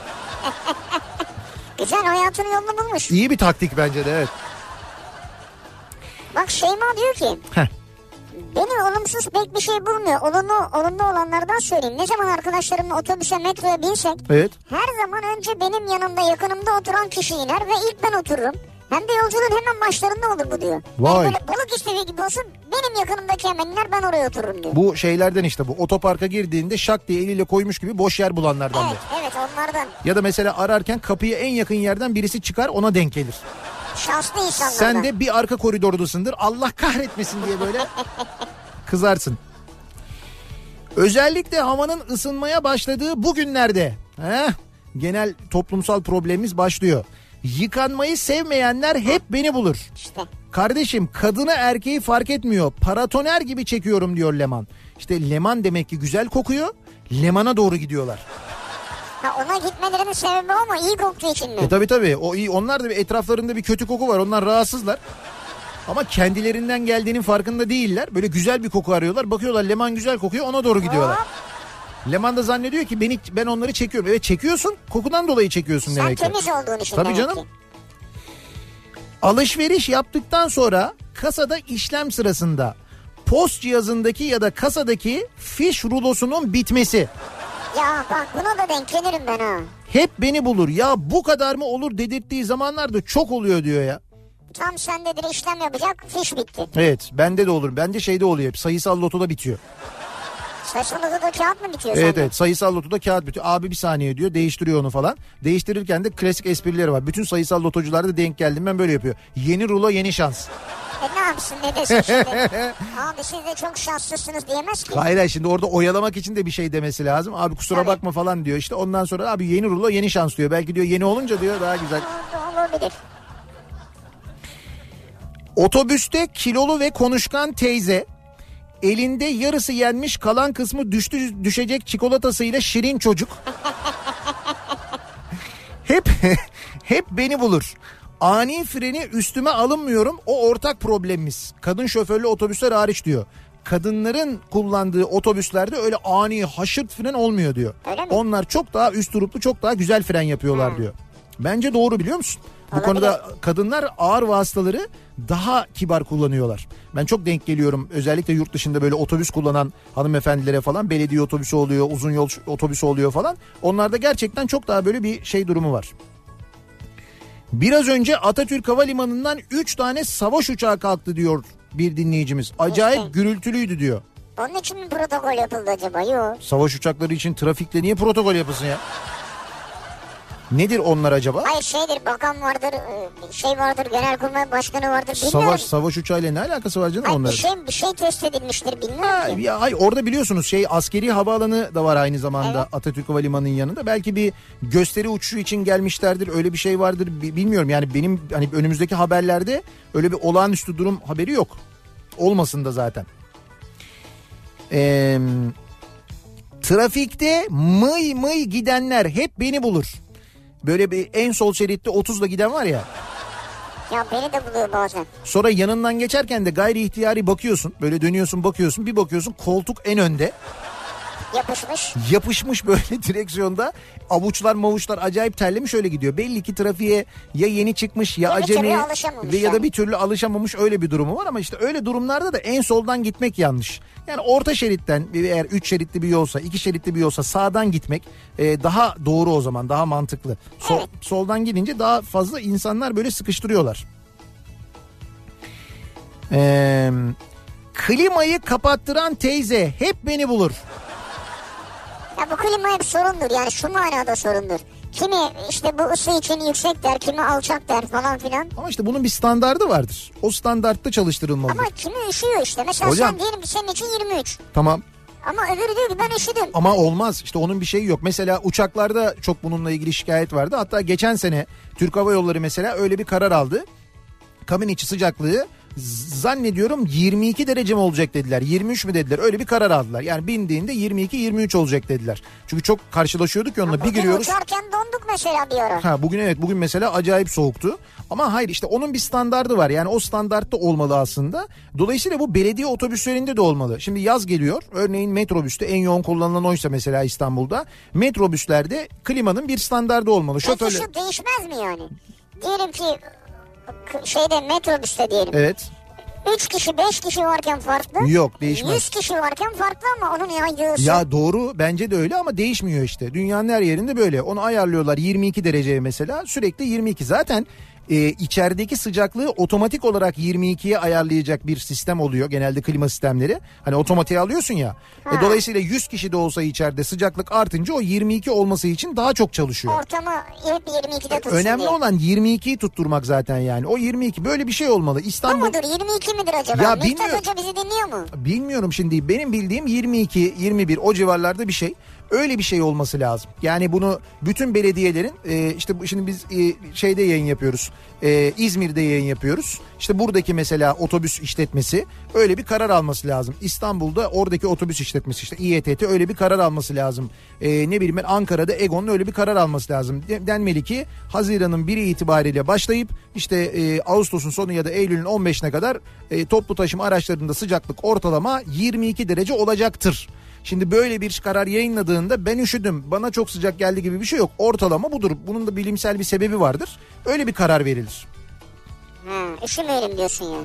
Güzel, hayatın yolunu bulmuş. İyi bir taktik bence de, evet. Bak Şeyma diyor ki Heh. beni olumsuz pek bir şey bulmuyor. Olumlu, olumlu olanlardan söyleyeyim. Ne zaman arkadaşlarımla otobüse, metroya binsek Evet. her zaman önce benim yanımda, yakınımda oturan kişi iner ve ilk ben otururum. Hem de yolculuğun hemen başlarında olur bu diyor. Vay. Yani böyle balık isteği gibi olsun, benim yakınımdaki hemen iner, ben oraya otururum diyor. Bu şeylerden işte, bu otoparka girdiğinde şak diye eliyle koymuş gibi boş yer bulanlardan Evet, da. evet onlardan. Ya da mesela ararken kapıya en yakın yerden birisi çıkar, ona denk gelir. Şanslı insanlardan. Sen de bir arka koridordasındır, Allah kahretmesin diye böyle kızarsın. Özellikle havanın ısınmaya başladığı bugünlerde heh, genel toplumsal problemimiz başlıyor. Yıkanmayı sevmeyenler hep beni bulur. İşte. Kardeşim, kadını erkeği fark etmiyor. Paratoner gibi çekiyorum diyor Leman. İşte Leman demek ki güzel kokuyor. Leman'a doğru gidiyorlar. Ha, ona gitmelerinin sebebi ama iyi koktuğu için mi? E tabii tabii. O iyi. Onlar da bir etraflarında bir kötü koku var. Onlar rahatsızlar. Ama kendilerinden geldiğinin farkında değiller. Böyle güzel bir koku arıyorlar. Bakıyorlar Leman güzel kokuyor, ona doğru gidiyorlar. Hop. Leman da zannediyor ki beni ben onları çekiyorum. Evet çekiyorsun. Kokudan dolayı çekiyorsun Sen demek ki. temiz olduğun için Tabii demek canım. ki. Alışveriş yaptıktan sonra kasada işlem sırasında post cihazındaki ya da kasadaki fiş rulosunun bitmesi Ya bak buna da denk gelirim ben ha. hep beni bulur. Ya bu kadar mı olur dedirttiği zamanlarda çok oluyor diyor ya. Tam sendedir, işlem yapacak, fiş bitti. Evet, bende de olur. Bende şeyde oluyor hep, sayısal lotoda bitiyor. Sayısal lotoda kağıt mı bitiyor Evet sende? evet, sayısal lotoda kağıt bitiyor. Abi bir saniye diyor, değiştiriyor onu falan. Değiştirirken de klasik esprileri var. Bütün sayısal lotocularda denk geldim ben, böyle yapıyor. Yeni rulo yeni şans. E ne yapsın, ne desin şimdi? Abi siz de çok şanslısınız diyemez ki. Hayır hayır, şimdi orada oyalamak için de bir şey demesi lazım. Abi kusura Tabii. bakma falan diyor. İşte ondan sonra abi yeni rulo yeni şans diyor. Belki diyor yeni olunca diyor daha güzel. Olabilir. Otobüste kilolu ve konuşkan teyze elinde yarısı yenmiş kalan kısmı düştü düşecek çikolatasıyla şirin çocuk. hep hep beni bulur. Ani freni üstüme alınmıyorum, o ortak problemimiz. Kadın şoförlü otobüsler hariç diyor. Kadınların kullandığı otobüslerde öyle ani haşırt fren olmuyor diyor. Öyle mi? Onlar çok daha üst gruplu, çok daha güzel fren yapıyorlar diyor. Bence doğru, biliyor musun? Bu Olabilir. konuda kadınlar ağır vasıtaları daha kibar kullanıyorlar. Ben çok denk geliyorum, özellikle yurt dışında böyle otobüs kullanan hanımefendilere falan, belediye otobüsü oluyor, uzun yol otobüsü oluyor falan. Onlarda gerçekten çok daha böyle bir şey durumu var. Biraz önce Atatürk Havalimanı'ndan üç tane savaş uçağı kalktı diyor bir dinleyicimiz. Acayip İşte. gürültülüydü diyor. Onun için mi protokol yapıldı acaba? Yok. Savaş uçakları için trafikte niye protokol yapılsın ya? Nedir onlar acaba? Hayır şeydir, bakan vardır, şey vardır, genelkurmay başkanı vardır, bilmiyorum. Savaş savaş uçağıyla ne alakası var canım Hayır, onların? bir şey, bir şey test edilmiştir, bilmiyorum Ha, ki. ya, hayır, orada biliyorsunuz şey, askeri havaalanı da var aynı zamanda, Evet. Atatürk Havalimanı'nın yanında. Belki bir gösteri uçuşu için gelmişlerdir, öyle bir şey vardır, bi- bilmiyorum. Yani benim hani önümüzdeki haberlerde öyle bir olağanüstü durum haberi yok. Olmasın da zaten. Eee... Trafikte mıy mıy gidenler hep beni bulur. Böyle bir en sol şeritte otuzla giden var ya. Ya beni de buluyor bazen. Sonra yanından geçerken de gayri ihtiyari bakıyorsun. Böyle dönüyorsun, bakıyorsun, bir bakıyorsun koltuk en önde. Yapışmış. Yapışmış böyle direksiyonda, avuçlar mavuçlar acayip terlemiş, öyle gidiyor. Belli ki trafiğe ya yeni çıkmış ya Ya bir acemi türlü alışamamış ve ya da yani. bir türlü alışamamış, öyle bir durumu var. Ama işte öyle durumlarda da en soldan gitmek yanlış. Yani orta şeritten, eğer üç şeritli bir yolsa, iki şeritli bir yolsa sağdan gitmek e, daha doğru, o zaman daha mantıklı. Sol, Evet. Soldan gidince daha fazla insanlar böyle sıkıştırıyorlar. Eee... Klimayı kapattıran teyze hep beni bulur. Ya bu klima hep sorundur, yani şu manada sorundur. Kimi işte bu ısı için yüksek der, kimi alçak der falan filan. Ama işte bunun bir standardı vardır. O standartta çalıştırılmalıdır. Ama kimi üşüyor işte. Mesela Hocam- sen diyelim ki senin için yirmi üç. Tamam. Ama öbürü diyor ki ben üşüdüm. Ama olmaz. İşte onun bir şeyi yok. Mesela uçaklarda çok bununla ilgili şikayet vardı. Hatta geçen sene Türk Hava Yolları mesela öyle bir karar aldı. Kabin içi sıcaklığı zannediyorum yirmi iki derece mi olacak dediler. yirmi üç mü dediler. Öyle bir karar aldılar. Yani bindiğinde yirmi iki yirmi üç olacak dediler. Çünkü çok karşılaşıyorduk ya onunla. Bir Bugün giriyoruz. uçarken donduk mesela bir ara. Ha bugün evet, bugün mesela acayip soğuktu. Ama hayır, işte onun bir standardı var. Yani o standartta olmalı aslında. Dolayısıyla bu belediye otobüslerinde de olmalı. Şimdi yaz geliyor. Örneğin metrobüste en yoğun kullanılan oysa mesela İstanbul'da. Metrobüslerde klimanın bir standardı olmalı. Peki Şoförler... şu değişmez mi yani? Diyelim ki k- şeyde metrobüste diyelim. Evet. üç kişi beş kişi varken farklı. Yok, değişmez. yüz kişi varken farklı ama onun yaydığı ısı. Ya doğru, bence de öyle ama değişmiyor işte. Dünyanın her yerinde böyle. Onu ayarlıyorlar yirmi iki dereceye mesela. Sürekli yirmi iki. Zaten e, içerideki sıcaklığı otomatik olarak yirmi ikiye ayarlayacak bir sistem oluyor. Genelde klima sistemleri. Hani otomatiğe alıyorsun ya. E, dolayısıyla yüz kişi de olsa içeride sıcaklık artınca o yirmi iki olması için daha çok çalışıyor. Ortamı hep yirmi ikide tutsun Önemli diye. olan yirmi ikiyi tutturmak zaten yani. O yirmi iki, böyle bir şey olmalı. Bu İstanbul... mudur? yirmi iki midir acaba? Ya Miktat bilmiyorum. Hoca bizi dinliyor mu? Bilmiyorum şimdi, benim bildiğim yirmi iki yirmi bir o civarlarda bir şey. Öyle bir şey olması lazım. Yani bunu bütün belediyelerin e, işte bu- şimdi biz e, şeyde yayın yapıyoruz. E, İzmir'de yayın yapıyoruz. İşte buradaki mesela otobüs işletmesi öyle bir karar alması lazım. İstanbul'da oradaki otobüs işletmesi işte İ E T T öyle bir karar alması lazım. E, ne bileyim ben Ankara'da Egon'un öyle bir karar alması lazım. De- denmeli ki Haziran'ın biri itibariyle başlayıp işte e, Ağustos'un sonu ya da Eylül'ün on beşine kadar e, toplu taşıma araçlarında sıcaklık ortalama yirmi iki derece olacaktır. Şimdi böyle bir karar yayınladığında ben üşüdüm, bana çok sıcak geldi gibi bir şey yok. Ortalama budur. Bunun da bilimsel bir sebebi vardır. Öyle bir karar verilir. Ha, üşümeyelim diyorsun yani.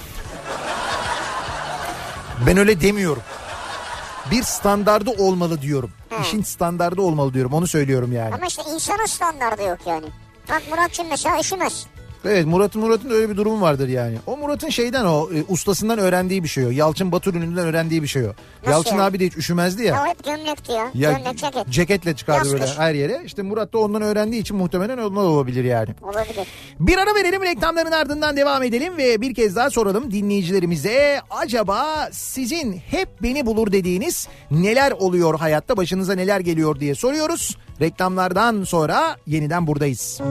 Ben öyle demiyorum. Bir standardı olmalı diyorum. Ha. İşin standardı olmalı diyorum. Onu söylüyorum yani. Ama işte insanın standardı yok yani. Bak Muratçım mesela üşümez. Evet, Murat'ın Murat'ın öyle bir durumu vardır yani. O Murat'ın şeyden o e, ustasından öğrendiği bir şey o. Yalçın Batur'undan öğrendiği bir şey o. Nasıl Yalçın yani? abi de hiç üşümezdi ya. Ya o hep gömlek diyor. Ya, Gömlek ceket. Ceketle çıkardı Yaz böyle kış. her yere. İşte Murat da ondan öğrendiği için muhtemelen ondan olabilir yani. Olabilir. Bir ara verelim, reklamların ardından devam edelim ve bir kez daha soralım dinleyicilerimize. Acaba sizin hep beni bulur dediğiniz neler oluyor hayatta, başınıza neler geliyor diye soruyoruz. Reklamlardan sonra yeniden buradayız.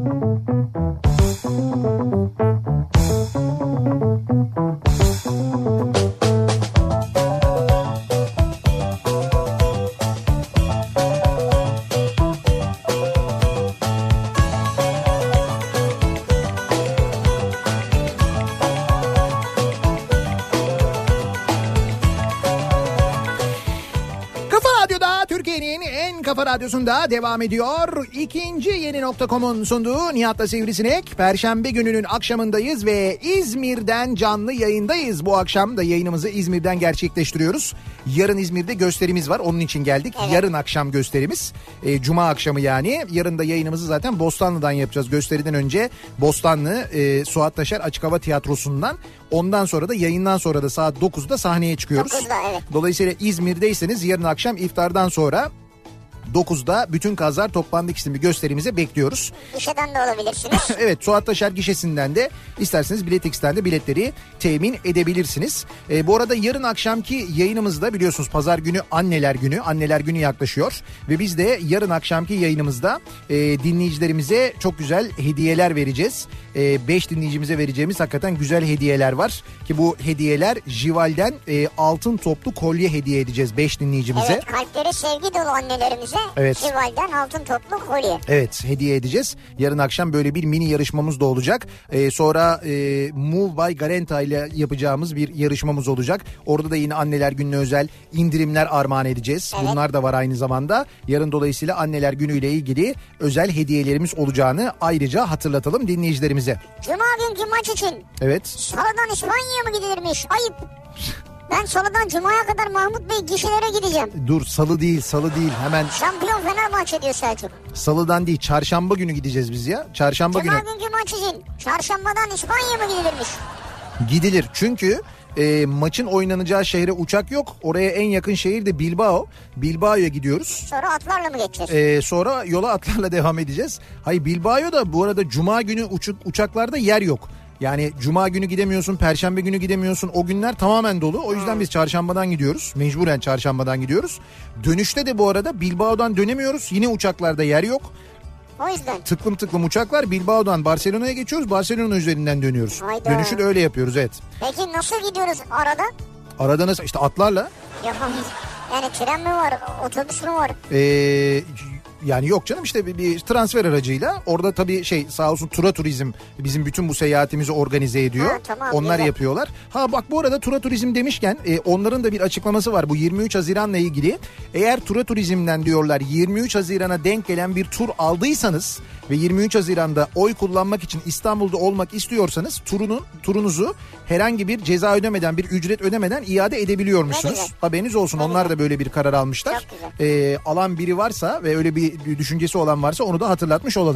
Kafa Radyosu'nda devam ediyor. İkinci yeni nokta com'un sunduğu Nihat'la Sivrisinek. Perşembe gününün akşamındayız ve İzmir'den canlı yayındayız. Bu akşam da yayınımızı İzmir'den gerçekleştiriyoruz. Yarın İzmir'de gösterimiz var. Onun için geldik. Evet. Yarın akşam gösterimiz. E, Cuma akşamı yani. Yarın da yayınımızı zaten Bostanlı'dan yapacağız. Gösteriden önce Bostanlı e, Suat Taşer Açık Hava Tiyatrosu'ndan. Ondan sonra da yayından sonra da saat dokuzda sahneye çıkıyoruz. dokuzda, evet. Dolayısıyla İzmir'deyseniz yarın akşam iftardan sonra dokuzda bütün kazlar toplandık isimli gösterimize bekliyoruz. Gişeden de olabilirsiniz. Evet, Suat Taşer gişesinden de isterseniz Biletix'ten de biletleri temin edebilirsiniz. Ee, bu arada yarın akşamki yayınımızda biliyorsunuz pazar günü anneler günü. Anneler günü yaklaşıyor. Ve biz de yarın akşamki yayınımızda e, dinleyicilerimize çok güzel hediyeler vereceğiz. beş e, dinleyicimize vereceğimiz hakikaten güzel hediyeler var. Ki bu hediyeler Jival'den e, altın toplu kolye hediye edeceğiz beş dinleyicimize. Evet, kalpleri sevgi dolu annelerimize. Evet. Jival'den altın toplu kolye. Evet, hediye edeceğiz. Yarın akşam böyle bir mini yarışmamız da olacak. Ee, sonra e, Move by Garanta ile yapacağımız bir yarışmamız olacak. Orada da yine anneler gününe özel indirimler armağan edeceğiz. Evet. Bunlar da var aynı zamanda. Yarın dolayısıyla anneler günüyle ilgili özel hediyelerimiz olacağını ayrıca hatırlatalım dinleyicilerimize. Cuma günkü maç için. Evet. Salıdan İspanya'ya mı gidilirmiş? Ayıp. Ben salıdan cumaya kadar Mahmut Bey gişelere gideceğim. Dur, salı değil salı değil hemen. Şampiyon Fenerbahçe diyor Selçuk. Salıdan değil, çarşamba günü gideceğiz biz ya. Çarşamba Cuma günü. Cuma günkü maç için çarşambadan İspanya'ya mı gidilirmiş? Gidilir çünkü e, maçın oynanacağı şehre uçak yok. Oraya en yakın şehir de Bilbao. Bilbao'ya gidiyoruz. Sonra atlarla mı geçeceğiz? E, sonra yola atlarla devam edeceğiz. Hayır, Bilbao'da bu arada cuma günü uçuk, uçaklarda yer yok. Yani cuma günü gidemiyorsun, perşembe günü gidemiyorsun. O günler tamamen dolu. O yüzden biz çarşambadan gidiyoruz. Mecburen çarşambadan gidiyoruz. Dönüşte de bu arada Bilbao'dan dönemiyoruz. Yine uçaklarda yer yok. O yüzden. Tıklım tıklım uçaklar. Bilbao'dan Barcelona'ya geçiyoruz. Barcelona üzerinden dönüyoruz. Hayda. Dönüşü de öyle yapıyoruz, evet. Peki nasıl gidiyoruz arada? Arada nasıl? İşte atlarla. Yapamayız. Yani tren mi var, otobüs mü var? Eee... Yani yok canım, işte bir, bir transfer aracıyla orada tabii şey sağ olsun Tura Turizm bizim bütün bu seyahatimizi organize ediyor. Ha, tamam, onlar güzel. yapıyorlar. Ha bak, bu arada Tura Turizm demişken e, onların da bir açıklaması var bu yirmi üç Haziran'la ilgili. Eğer Tura Turizm'den diyorlar yirmi üç Haziran'a denk gelen bir tur aldıysanız ve yirmi üç Haziran'da oy kullanmak için İstanbul'da olmak istiyorsanız turunun turunuzu herhangi bir ceza ödemeden, bir ücret ödemeden iade edebiliyormuşsunuz. Haberiniz olsun. Ne onlar güzel. da böyle bir karar almışlar. E, alan biri varsa ve öyle bir düşüncesi olan varsa onu da hatırlatmış olalım.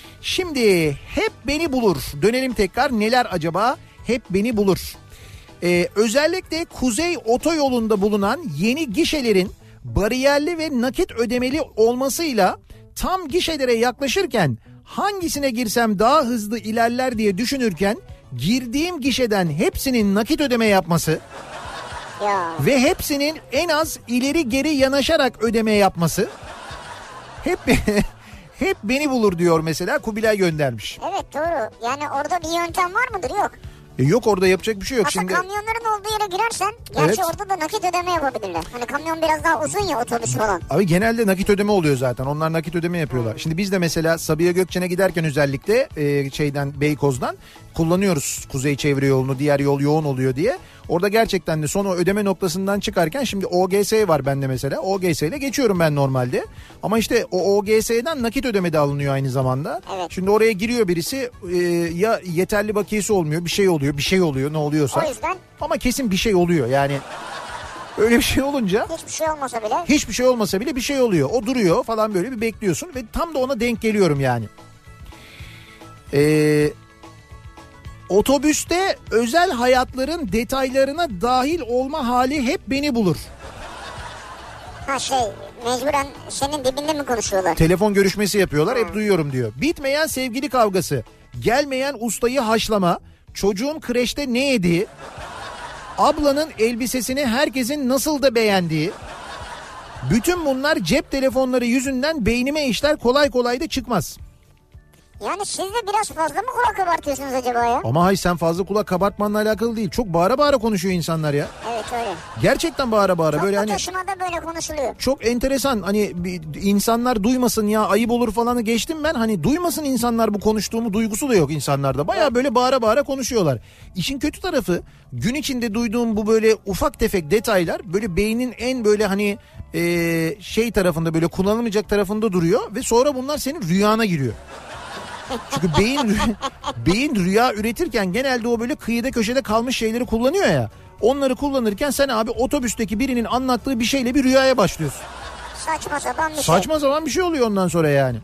Şimdi hep beni bulur. Dönelim tekrar, neler acaba hep beni bulur. Ee, özellikle Kuzey Otoyolu'nda bulunan yeni gişelerin bariyerli ve nakit ödemeli olmasıyla tam gişelere yaklaşırken hangisine girsem daha hızlı ilerler diye düşünürken girdiğim gişeden hepsinin nakit ödeme yapması ya. Ve hepsinin en az ileri geri yanaşarak ödeme yapması hep hep beni bulur diyor mesela, Kubilay göndermiş. Evet, doğru. Yani orada bir yöntem var mıdır? Yok. E yok, orada yapacak bir şey yok. Aslında şimdi. Kamyonların olduğu yere girersen, gerçi Evet. orada da nakit ödeme yapabilirler. Hani kamyon biraz daha uzun ya, otobüs falan. Abi genelde nakit ödeme oluyor zaten. Onlar nakit ödeme yapıyorlar. Şimdi biz de mesela Sabiha Gökçen'e giderken özellikle e, şeyden Beykoz'dan kullanıyoruz Kuzey Çevre Yolu'nu, diğer yol yoğun oluyor diye. Orada gerçekten de son o ödeme noktasından çıkarken şimdi O G S var bende mesela. O G S ile geçiyorum ben normalde. Ama işte o O G S'den nakit ödeme de alınıyor aynı zamanda. Evet. Şimdi oraya giriyor birisi, e, ya yeterli bakiyesi olmuyor, bir şey oluyor, bir şey oluyor, ne oluyorsa. O yüzden. Ama kesin bir şey oluyor yani. Öyle bir şey olunca Hiçbir şey olmasa bile. hiçbir şey olmasa bile bir şey oluyor. O duruyor falan, böyle bir bekliyorsun ve tam da ona denk geliyorum yani. Ee, Otobüste özel hayatların detaylarına dahil olma hali hep beni bulur. Ha şey mecburen senin dibinde mi konuşuyorlar? Telefon görüşmesi yapıyorlar, hep duyuyorum diyor. Bitmeyen sevgili kavgası, gelmeyen ustayı haşlama, çocuğun kreşte ne yediği, ablanın elbisesini herkesin nasıl da beğendiği. Bütün bunlar cep telefonları yüzünden beynime işler, kolay kolay da çıkmaz. Yani siz de biraz fazla mı kulak kabartıyorsunuz acaba ya? Ama hayır, sen fazla kulak kabartmanla alakalı değil. Çok bağıra bağıra konuşuyor insanlar ya. Evet öyle. Gerçekten bağıra bağıra. Çok böyle hani taşımada böyle konuşuluyor. Çok enteresan, hani bir, insanlar duymasın ya, ayıp olur falanı geçtim ben. Hani duymasın insanlar bu konuştuğumu duygusu da yok insanlarda. Baya böyle bağıra bağıra konuşuyorlar. İşin kötü tarafı, gün içinde duyduğum bu böyle ufak tefek detaylar böyle beynin en böyle hani e, şey tarafında, böyle kullanılmayacak tarafında duruyor. Ve sonra bunlar senin rüyana giriyor. Çünkü beyin beyin rüya üretirken genelde o böyle kıyıda köşede kalmış şeyleri kullanıyor ya. Onları kullanırken sen abi otobüsteki birinin anlattığı bir şeyle bir rüyaya başlıyorsun. Saçma sapan bir şey. Saçma sapan bir şey oluyor ondan sonra yani.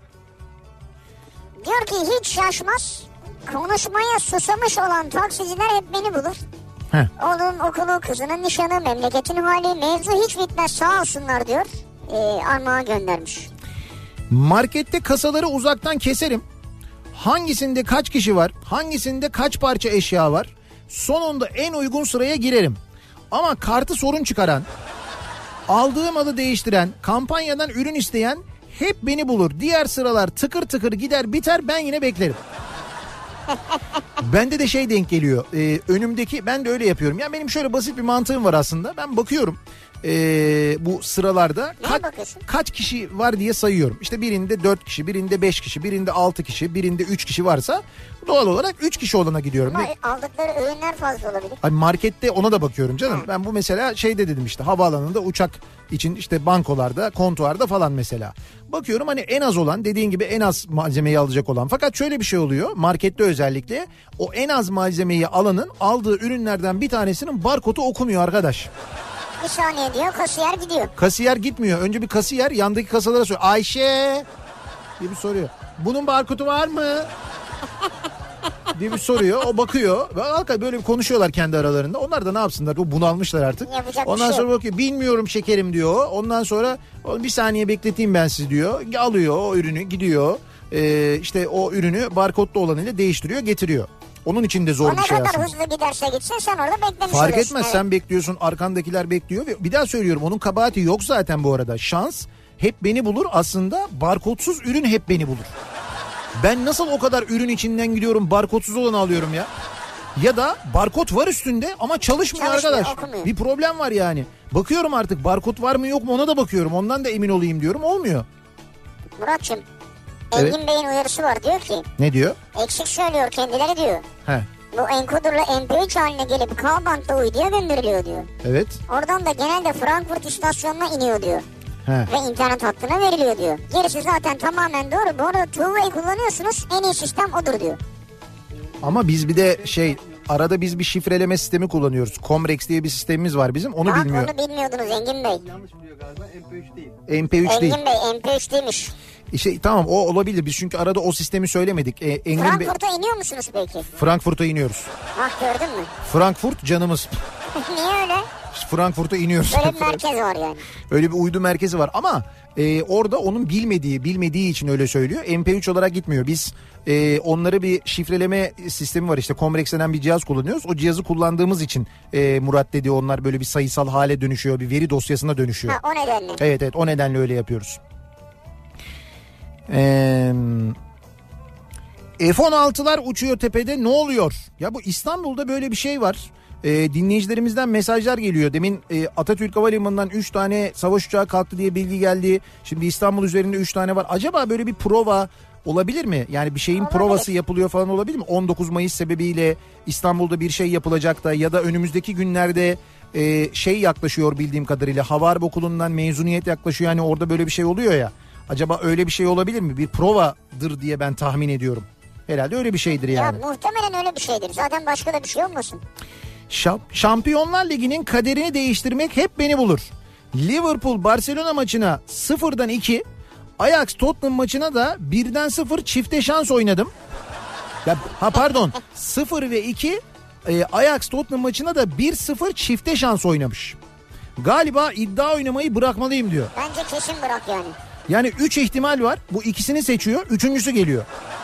Diyor ki hiç şaşmaz. Konuşmaya susamış olan taksiciler hep beni bulur. Heh. Oğlum okulu, kızının nişanı, memleketin hali, mevzu hiç bitmez, sağ olsunlar diyor. Ee, Armağan göndermiş. Markette kasaları uzaktan keserim. Hangisinde kaç kişi var, hangisinde kaç parça eşya var, sonunda en uygun sıraya girerim. Ama kartı sorun çıkaran, aldığım malı değiştiren, kampanyadan ürün isteyen hep beni bulur. Diğer sıralar tıkır tıkır gider biter, ben yine beklerim. Bende de şey denk geliyor. Ee, önümdeki, ben de öyle yapıyorum. Ya benim şöyle basit bir mantığım var aslında. Ben bakıyorum. Ee, bu sıralarda kaç, kaç kişi var diye sayıyorum. İşte birinde dört kişi, birinde beş kişi, birinde altı kişi, birinde üç kişi varsa doğal olarak üç kişi olana gidiyorum. Ama ne? Aldıkları ürünler fazla olabilir. Hani markette ona da bakıyorum canım. Ben bu mesela şeyde dedim, işte havaalanında, uçak için, işte bankolarda, kontuarda falan mesela. Bakıyorum hani en az olan, dediğin gibi en az malzemeyi alacak olan. Fakat şöyle bir şey oluyor markette, özellikle o en az malzemeyi alanın aldığı ürünlerden bir tanesinin barkodu okumuyor arkadaş. Bir saniye diyor, kasiyer gidiyor. Kasiyer gitmiyor. Önce bir kasiyer yandaki kasalara soruyor. Ayşe diye bir soruyor. Bunun barkodu var mı? diye bir soruyor. O bakıyor. Böyle konuşuyorlar kendi aralarında. Onlar da ne yapsınlar? O bunalmışlar artık. Yapacak Ondan şey sonra bakıyor. Bilmiyorum şekerim diyor. Ondan sonra bir saniye bekleteyim ben sizi diyor. Alıyor o ürünü, gidiyor. Ee, işte o ürünü barkodlu olanıyla değiştiriyor, getiriyor. Onun için de zor o bir şey aslında. O ne kadar hızlı giderse gitsin sen orada beklemiş Fark oluyorsun. etmez, evet. Sen bekliyorsun, arkandakiler bekliyor. Ve bir daha söylüyorum, onun kabahati yok zaten bu arada. Şans hep beni bulur, aslında barkodsuz ürün hep beni bulur. Ben nasıl o kadar ürün içinden gidiyorum, barkodsuz olanı alıyorum ya. Ya da barkod var üstünde ama çalışmıyor, çalışmıyor arkadaş. Okumuyor. Bir problem var yani. Bakıyorum artık barkod var mı yok mu, ona da bakıyorum. Ondan da emin olayım diyorum, olmuyor. Muratçım, Engin evet. Bey'in uyarısı var, diyor ki. Ne diyor? Eksik söylüyor kendileri diyor. He. Bu encoder'la M P üç haline gelip K-Band'da uyduya gönderiliyor diyor. Evet. Oradan da genelde Frankfurt istasyonuna iniyor diyor. He. Ve internet hattına veriliyor diyor. Gerisi zaten tamamen doğru. Bu arada two-way kullanıyorsunuz, en iyi sistem odur diyor. Ama biz bir de şey, arada biz bir şifreleme sistemi kullanıyoruz. Comrex diye bir sistemimiz var bizim, onu Bak, bilmiyor. Onu bilmiyordunuz Engin Bey. Yanlış biliyor galiba, M P üç değil. M P üç Engin değil. Engin Bey M P üç değilmiş. İşte tamam, o olabilir. Biz çünkü arada o sistemi söylemedik. Ee, Engin Frankfurt'a Be- iniyor musunuz peki? Frankfurt'a iniyoruz. Bak gördün mü? Frankfurt canımız. Niye öyle? Frankfurt'a iniyoruz. Böyle bir merkez var yani. Öyle bir uydu merkezi var ama e, orada onun bilmediği bilmediği için öyle söylüyor. M P üç olarak gitmiyor. Biz e, onları bir şifreleme sistemi var, işte Comrex denen bir cihaz kullanıyoruz. O cihazı kullandığımız için e, Murat dedi, onlar böyle bir sayısal hale dönüşüyor, bir veri dosyasına dönüşüyor. Ha, o nedenle. Evet evet, o nedenle öyle yapıyoruz. Eee... F on altılar uçuyor tepede, ne oluyor? Ya bu İstanbul'da böyle bir şey var. Ee, dinleyicilerimizden mesajlar geliyor. Demin e, Atatürk Havalimanı'ndan üç tane savaş uçağı kalktı diye bilgi geldi. Şimdi İstanbul üzerinde üç tane var. Acaba böyle bir prova olabilir mi? Yani bir şeyin olabilir. Provası yapılıyor falan olabilir mi? on dokuz Mayıs sebebiyle İstanbul'da bir şey yapılacak da, ya da önümüzdeki günlerde e, şey yaklaşıyor bildiğim kadarıyla. Hava Harp Okulu'ndan mezuniyet yaklaşıyor. Yani orada böyle bir şey oluyor ya. Acaba öyle bir şey olabilir mi? Bir provadır diye ben tahmin ediyorum. Herhalde öyle bir şeydir yani. Ya muhtemelen öyle bir şeydir. Zaten başka da bir şey olmasın. Şampiyonlar Ligi'nin kaderini değiştirmek hep beni bulur. Liverpool Barcelona maçına sıfırdan iki, Ajax Tottenham maçına da birden sıfır çifte şans oynadım. Ya, ha pardon sıfır ve iki e, Ajax Tottenham maçına da bir sıfır çifte şans oynamış. Galiba iddia oynamayı bırakmalıyım diyor. Bence kesin bırak yani. Yani üç ihtimal var. Bu ikisini seçiyor. Üçüncüsü geliyor.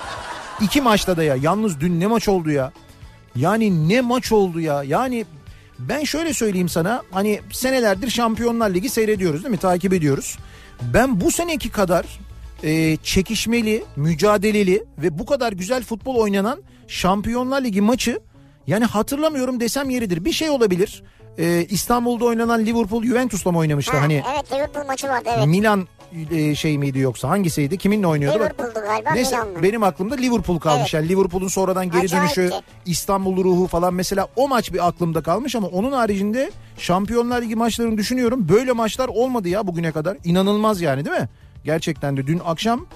İki maçta da ya. Yalnız dün ne maç oldu ya. Yani ne maç oldu ya. Yani ben şöyle söyleyeyim sana. Hani senelerdir Şampiyonlar Ligi seyrediyoruz değil mi? Takip ediyoruz. Ben bu seneki kadar e, çekişmeli, mücadeleli ve bu kadar güzel futbol oynanan Şampiyonlar Ligi maçı yani hatırlamıyorum desem yeridir. Bir şey olabilir. Ee, İstanbul'da oynanan Liverpool Juventus'la mı oynamıştı? Ha, Hani evet Liverpool maçı vardı evet. Milan e, şey miydi yoksa hangisiydi? Kiminle oynuyordu? Liverpool'du galiba Neyse, Milan'la. benim aklımda Liverpool kalmış. Evet. Yani Liverpool'un sonradan geri Acayipti. dönüşü, İstanbul ruhu falan mesela o maç bir aklımda kalmış ama onun haricinde Şampiyonlar Ligi maçlarını düşünüyorum. Böyle maçlar olmadı ya bugüne kadar. İnanılmaz yani değil mi? Gerçekten de dün akşam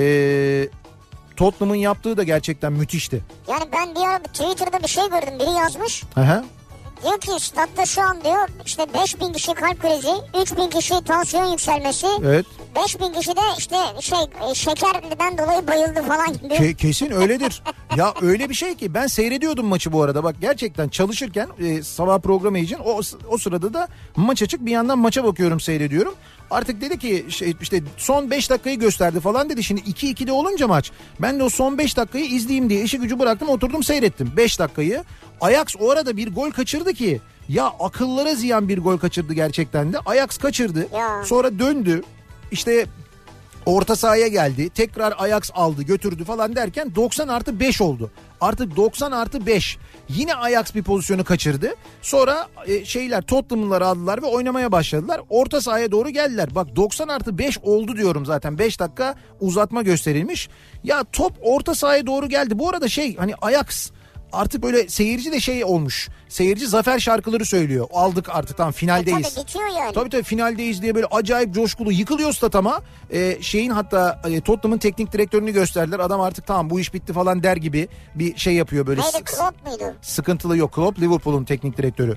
e, Tottenham'ın yaptığı da gerçekten müthişti. Yani ben bir ara Twitter'da bir şey gördüm. Biri yazmış. Aha. Diyor ki statta şu an diyor işte beş bin kişi kalp krizi, üç bin kişi tansiyon yükselmesi, Evet. beş bin kişi de işte şey şekerden dolayı bayıldı falan gibi. Ke- kesin öyledir. Ya öyle bir şey ki ben seyrediyordum maçı bu arada. Bak gerçekten çalışırken e, sabah programı için o, o sırada da maç açık bir yandan maça bakıyorum seyrediyorum. Artık dedi ki şey, işte son beş dakikayı gösterdi falan dedi. Şimdi iki ikide olunca maç ben de o son beş dakikayı izleyeyim diye işi gücü bıraktım oturdum seyrettim beş dakikayı. Ajax o arada bir gol kaçırdı ki ya akıllara ziyan bir gol kaçırdı gerçekten de. Ajax kaçırdı Ya. sonra döndü işte orta sahaya geldi tekrar Ajax aldı götürdü falan derken doksan artı beş oldu. Artık doksan artı beş yine Ajax bir pozisyonu kaçırdı. Sonra e, şeyler Tottenham'ları aldılar ve oynamaya başladılar. Orta sahaya doğru geldiler. Bak doksan artı beş oldu diyorum zaten beş dakika uzatma gösterilmiş. Ya top orta sahaya doğru geldi. Bu arada şey hani Ajax artık böyle seyirci de şey olmuş. Seyirci zafer şarkıları söylüyor. Aldık artık tam finaldeyiz. E, tabii bitiyor yani. Tabii tabii finaldeyiz diye böyle acayip coşkulu yıkılıyor stat ama e, şeyin hatta e, Tottenham'ın teknik direktörünü gösterdiler. Adam artık tamam bu iş bitti falan der gibi bir şey yapıyor böyle. Neydi S- Klopp muydu? Sıkıntılı yok. Klopp Liverpool'un teknik direktörü.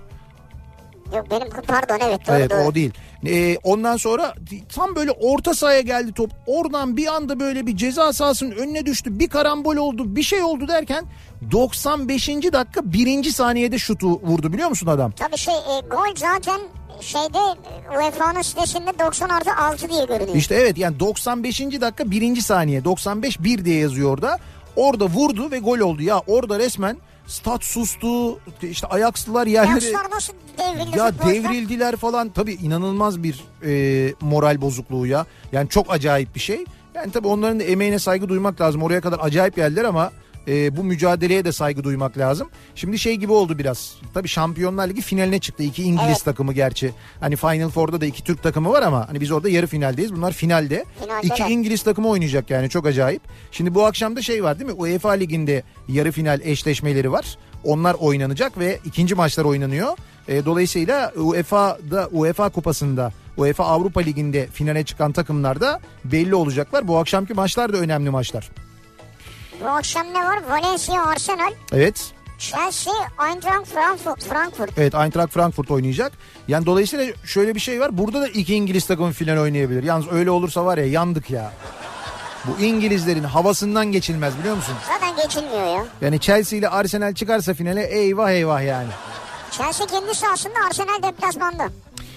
Yok benim pardon evet doğru Evet doğru. o değil. Ee, ondan sonra tam böyle orta sahaya geldi top. Oradan bir anda böyle bir ceza sahasının önüne düştü. Bir karambol oldu bir şey oldu derken doksan beşinci dakika birinci saniyede şutu vurdu biliyor musun adam? Tabii şey e, gol zaten şeyde U E F A'nın sitesinde doksan artı altı diye görünüyor. İşte evet yani doksan beşinci dakika birinci saniye doksan beş bir diye yazıyor orada. Orada vurdu ve gol oldu ya orada resmen stat sustu işte Ajaxlılar yerleri... Ajaxlar nasıl devrildi Ya futbolda? devrildiler falan tabii inanılmaz bir e, moral bozukluğu ya. Yani çok acayip bir şey. Yani tabii onların da emeğine saygı duymak lazım. Oraya kadar acayip geldiler ama e, bu mücadeleye de saygı duymak lazım. Şimdi şey gibi oldu biraz. Tabii Şampiyonlar Ligi finaline çıktı. İki İngiliz Evet. takımı gerçi. Hani Final Four'da da iki Türk takımı var ama hani biz orada yarı finaldeyiz. Bunlar finalde. Finalde İki de. İngiliz takımı oynayacak yani çok acayip. Şimdi bu akşam da şey var değil mi? UEFA Ligi'nde yarı final eşleşmeleri var. Onlar oynanacak ve ikinci maçlar oynanıyor. E, dolayısıyla UEFA'da UEFA Kupası'nda UEFA Avrupa Ligi'nde finale çıkan takımlar da belli olacaklar. Bu akşamki maçlar da önemli maçlar. Bu akşam ne var? Valencia Arsenal, Evet. Chelsea, Eintracht Frankfurt. Frankfurt. Evet Eintracht Frankfurt oynayacak. Yani dolayısıyla şöyle bir şey var. Burada da iki İngiliz takımı final oynayabilir. Yalnız öyle olursa var ya yandık ya. Bu İngilizlerin havasından geçilmez biliyor musun? Zaten geçilmiyor ya. Yani Chelsea ile Arsenal çıkarsa finale eyvah eyvah yani. Chelsea kendi sahasında, Arsenal deplasmanda.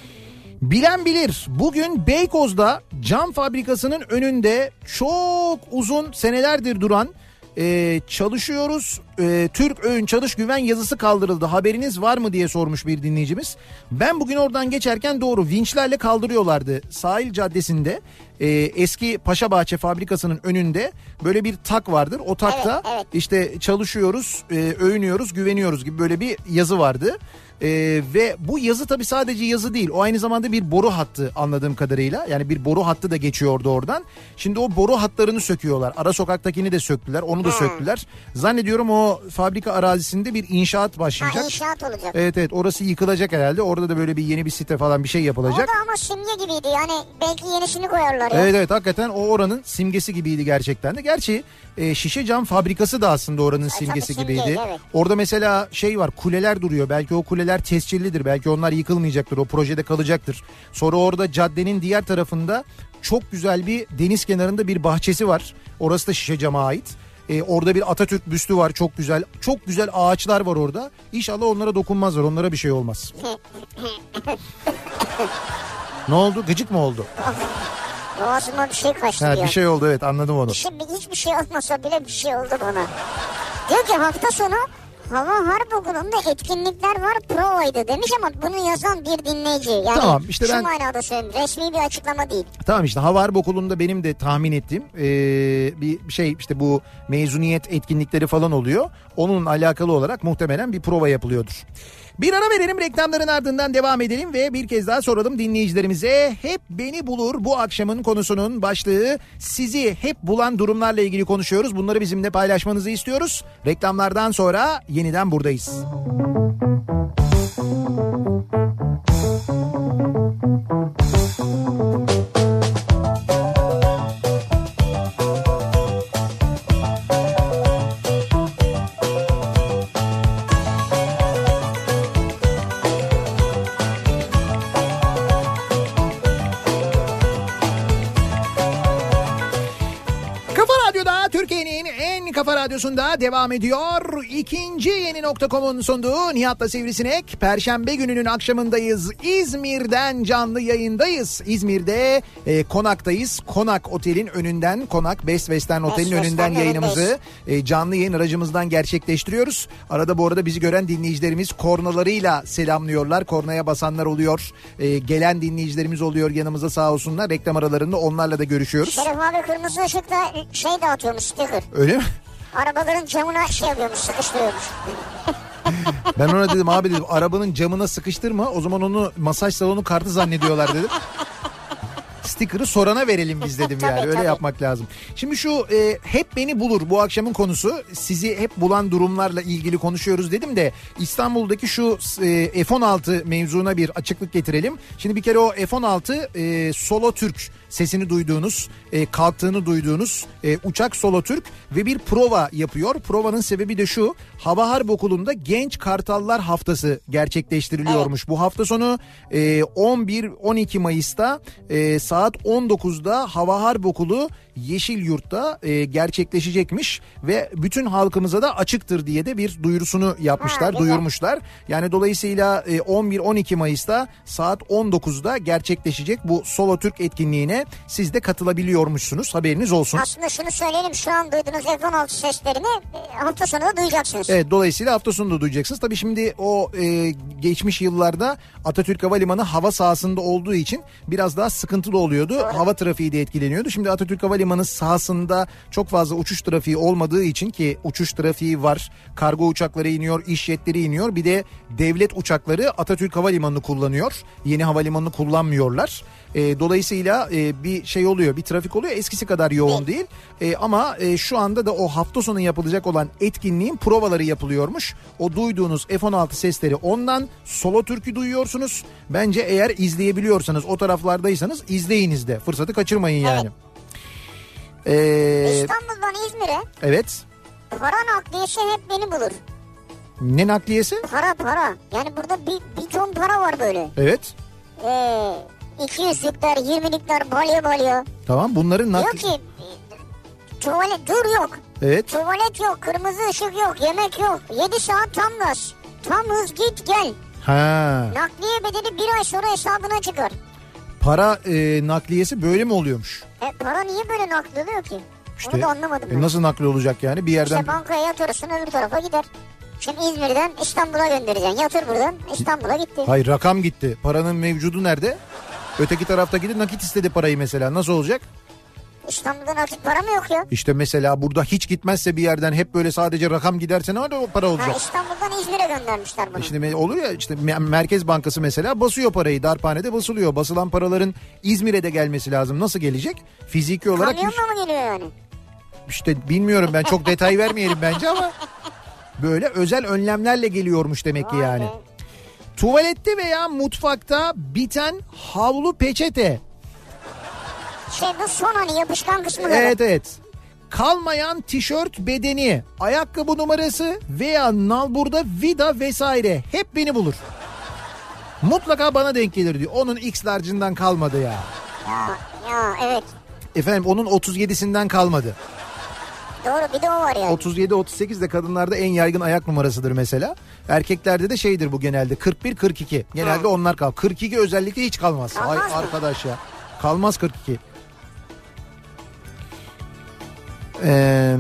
Bilen bilir. Bugün Beykoz'da cam fabrikasının önünde çok uzun senelerdir duran e, çalışıyoruz e, Türk Öğün Çalış Güven yazısı kaldırıldı. Haberiniz var mı diye sormuş bir dinleyicimiz. Ben bugün oradan geçerken doğru vinçlerle kaldırıyorlardı. Sahil Caddesi'nde e, eski Paşabahçe fabrikasının önünde böyle bir tak vardır. O takta Evet, evet. işte çalışıyoruz, e, övünüyoruz, güveniyoruz gibi böyle bir yazı vardı. Ee, ve bu yazı tabii sadece yazı değil. O aynı zamanda bir boru hattı anladığım kadarıyla. Yani bir boru hattı da geçiyordu oradan. Şimdi o boru hatlarını söküyorlar. Ara sokaktakini de söktüler. Onu da Ha. söktüler. Zannediyorum o fabrika arazisinde bir inşaat başlayacak. Ha, inşaat olacak. Evet evet orası yıkılacak herhalde. Orada da böyle bir yeni bir site falan bir şey O yapılacak. da ama simge gibiydi yani belki yenisini koyarlar ya. Evet evet hakikaten o oranın simgesi gibiydi gerçekten de. Gerçi e, şişe cam fabrikası da aslında oranın tabii simgesi simge, gibiydi. evet. Orada mesela şey var, kuleler duruyor. Belki o kuleler tescillidir. Belki onlar yıkılmayacaktır. O projede kalacaktır. Sonra orada caddenin diğer tarafında çok güzel bir deniz kenarında bir bahçesi var. Orası da şişe cama ait. Ee, orada bir Atatürk büstü var, çok güzel. Çok güzel ağaçlar var orada. İnşallah onlara dokunmazlar, onlara bir şey olmaz. Ne oldu? Gıcık mı oldu? Boğazıma bir şey kaçtı Ha, diyor. bir şey oldu, evet, anladım onu. Şimdi hiçbir şey olmasa bile bir şey oldu bana. Diyor ki hafta sonu Hava Harp Okulu'nda etkinlikler var, provaydı demiş ama bunu yazan bir dinleyici. Yani tamam, işte şu ben... manada söyleyeyim, resmi bir açıklama değil. Tamam, işte Hava Harp Okulu'nda benim de tahmin ettiğim ee, bir şey, işte bu mezuniyet etkinlikleri falan oluyor. Onunla alakalı olarak muhtemelen bir prova yapılıyordur. Bir ara verelim, reklamların ardından devam edelim ve bir kez daha soralım dinleyicilerimize. Hep beni bulur bu akşamın konusunun başlığı. Sizi hep bulan durumlarla ilgili konuşuyoruz. Bunları bizimle paylaşmanızı istiyoruz. Reklamlardan sonra yeniden buradayız. Kafa Radyosu'nda devam ediyor. İkinci yeni nokta com'un sunduğu Nihat'la Sivrisinek. Perşembe gününün akşamındayız. İzmir'den canlı yayındayız. İzmir'de e, Konak'tayız. Konak Otel'in önünden, Konak Best Western Otel'in Best önünden Western yayınımızı e, canlı yayın aracımızdan gerçekleştiriyoruz. Arada bu arada bizi gören dinleyicilerimiz kornalarıyla selamlıyorlar. Kornaya basanlar oluyor. E, gelen dinleyicilerimiz oluyor yanımıza, sağ olsunlar. Reklam aralarında onlarla da görüşüyoruz. Şeref abi kırmızı ışıkta şey dağıtıyormuş, sticker. Öyle mi? Arabaların camına şey yapıyormuş, sıkıştırıyormuş. Ben ona dedim, abi dedim, arabanın camına sıkıştırma, o zaman onu masaj salonu kartı zannediyorlar dedim. Sticker'ı sorana verelim biz dedim yani. Tabii, öyle tabii. yapmak lazım. Şimdi şu e, hep beni bulur bu akşamın konusu. Sizi hep bulan durumlarla ilgili konuşuyoruz dedim de İstanbul'daki şu e, F on altı mevzuna bir açıklık getirelim. Şimdi bir kere o F on altı e, Solo Türk sesini duyduğunuz, e, kalktığını duyduğunuz e, uçak Solo Türk ve bir prova yapıyor. Provanın sebebi de şu: Hava Harp Okulu'nda Genç Kartallar Haftası gerçekleştiriliyormuş. Evet. Bu hafta sonu e, on bir on iki Mayıs'ta e, saat on dokuzda Hava Harp Okulu Yeşilyurt'ta e, gerçekleşecekmiş ve bütün halkımıza da açıktır diye de bir duyurusunu yapmışlar, ha, duyurmuşlar. Yani dolayısıyla e, on bir on iki Mayıs'ta saat on dokuzda gerçekleşecek bu Solo Türk etkinliğine siz de katılabiliyormuşsunuz. Haberiniz olsun. Aslında şunu söyleyelim, şu an duyduğunuz F on altı seslerini hafta sonu da duyacaksınız. Evet, dolayısıyla hafta sonu da duyacaksınız. Tabii şimdi o e, geçmiş yıllarda Atatürk Havalimanı hava sahasında olduğu için biraz daha sıkıntılı oluyordu. Doğru. Hava trafiği de etkileniyordu. Şimdi Atatürk Havalimanı sahasında çok fazla uçuş trafiği olmadığı için, ki uçuş trafiği var. Kargo uçakları iniyor, iş jetleri iniyor. Bir de devlet uçakları Atatürk Havalimanı'nı kullanıyor. Yeni havalimanını kullanmıyorlar. E, dolayısıyla e, bir şey oluyor, bir trafik oluyor. Eskisi kadar yoğun değil. E, ama e, şu anda da o hafta sonu yapılacak olan etkinliğin provaları yapılıyormuş. O duyduğunuz F on altı sesleri ondan. Solo Türk'ü duyuyorsunuz. Bence eğer izleyebiliyorsanız, o taraflardaysanız izleyiniz de. Fırsatı kaçırmayın yani. Evet. Ee, İstanbul'dan İzmir'e. Evet. Para nakliyesi hep beni bulur. Ne nakliyesi? Para para. Yani burada bir, bir ton para var böyle. Evet. Ee, iki yüzlükler, yirmilikler, balya balya. Tamam, bunların nakli... Diyor ki tuvalet dur yok. Evet. Tuvalet yok, kırmızı ışık yok, yemek yok. yedi saat tam gaz. Tam hız git gel. Ha. Nakliye bedeli bir ay sonra hesabına çıkar. Para e, nakliyesi böyle mi oluyormuş? E, para niye böyle nakli oluyor ki? İşte, onu da anlamadım e, ben. Nasıl nakli olacak yani? Bir yerden... İşte bankaya yatırırsın, öbür tarafa gider. Şimdi İzmir'den İstanbul'a göndereceksin. Yatır buradan, İstanbul'a gitti. Hayır, rakam gitti. Paranın mevcudu nerede? Öteki tarafta gidip nakit istedi parayı mesela. Nasıl olacak? İstanbul'da nakit para mı yok ya? İşte mesela burada hiç gitmezse bir yerden, hep böyle sadece rakam giderse ne o para olacak? Ha, İstanbul'dan İzmir'e göndermişler bunu. İşte olur ya, işte Merkez Bankası mesela basıyor parayı, darphanede basılıyor. Basılan paraların İzmir'e de gelmesi lazım. Nasıl gelecek? Fiziki olarak... Kamyonla mı geliyor yani? İşte bilmiyorum, ben çok detay vermeyelim bence ama böyle özel önlemlerle geliyormuş demek ki yani. Vay be. Tuvalette veya mutfakta biten havlu peçete. Şey, bu son hani yapışkan kısmı. Evet evet. Kalmayan tişört bedeni, ayakkabı numarası veya nalburda vida vesaire hep beni bulur. Mutlaka bana denk gelir diyor. Onun X large'ından kalmadı ya. Ya, ya evet. Efendim onun otuz yedisinden kalmadı. Doğru, bir de o var yani. otuz yedi otuz sekiz de kadınlarda en yaygın ayak numarasıdır mesela. Erkeklerde de şeydir bu genelde kırk bir kırk iki. Genelde ha. onlar kal. kırk iki özellikle hiç kalmaz. Kalmaz Ay mı? Arkadaş ya. Kalmaz kırk iki. Eee...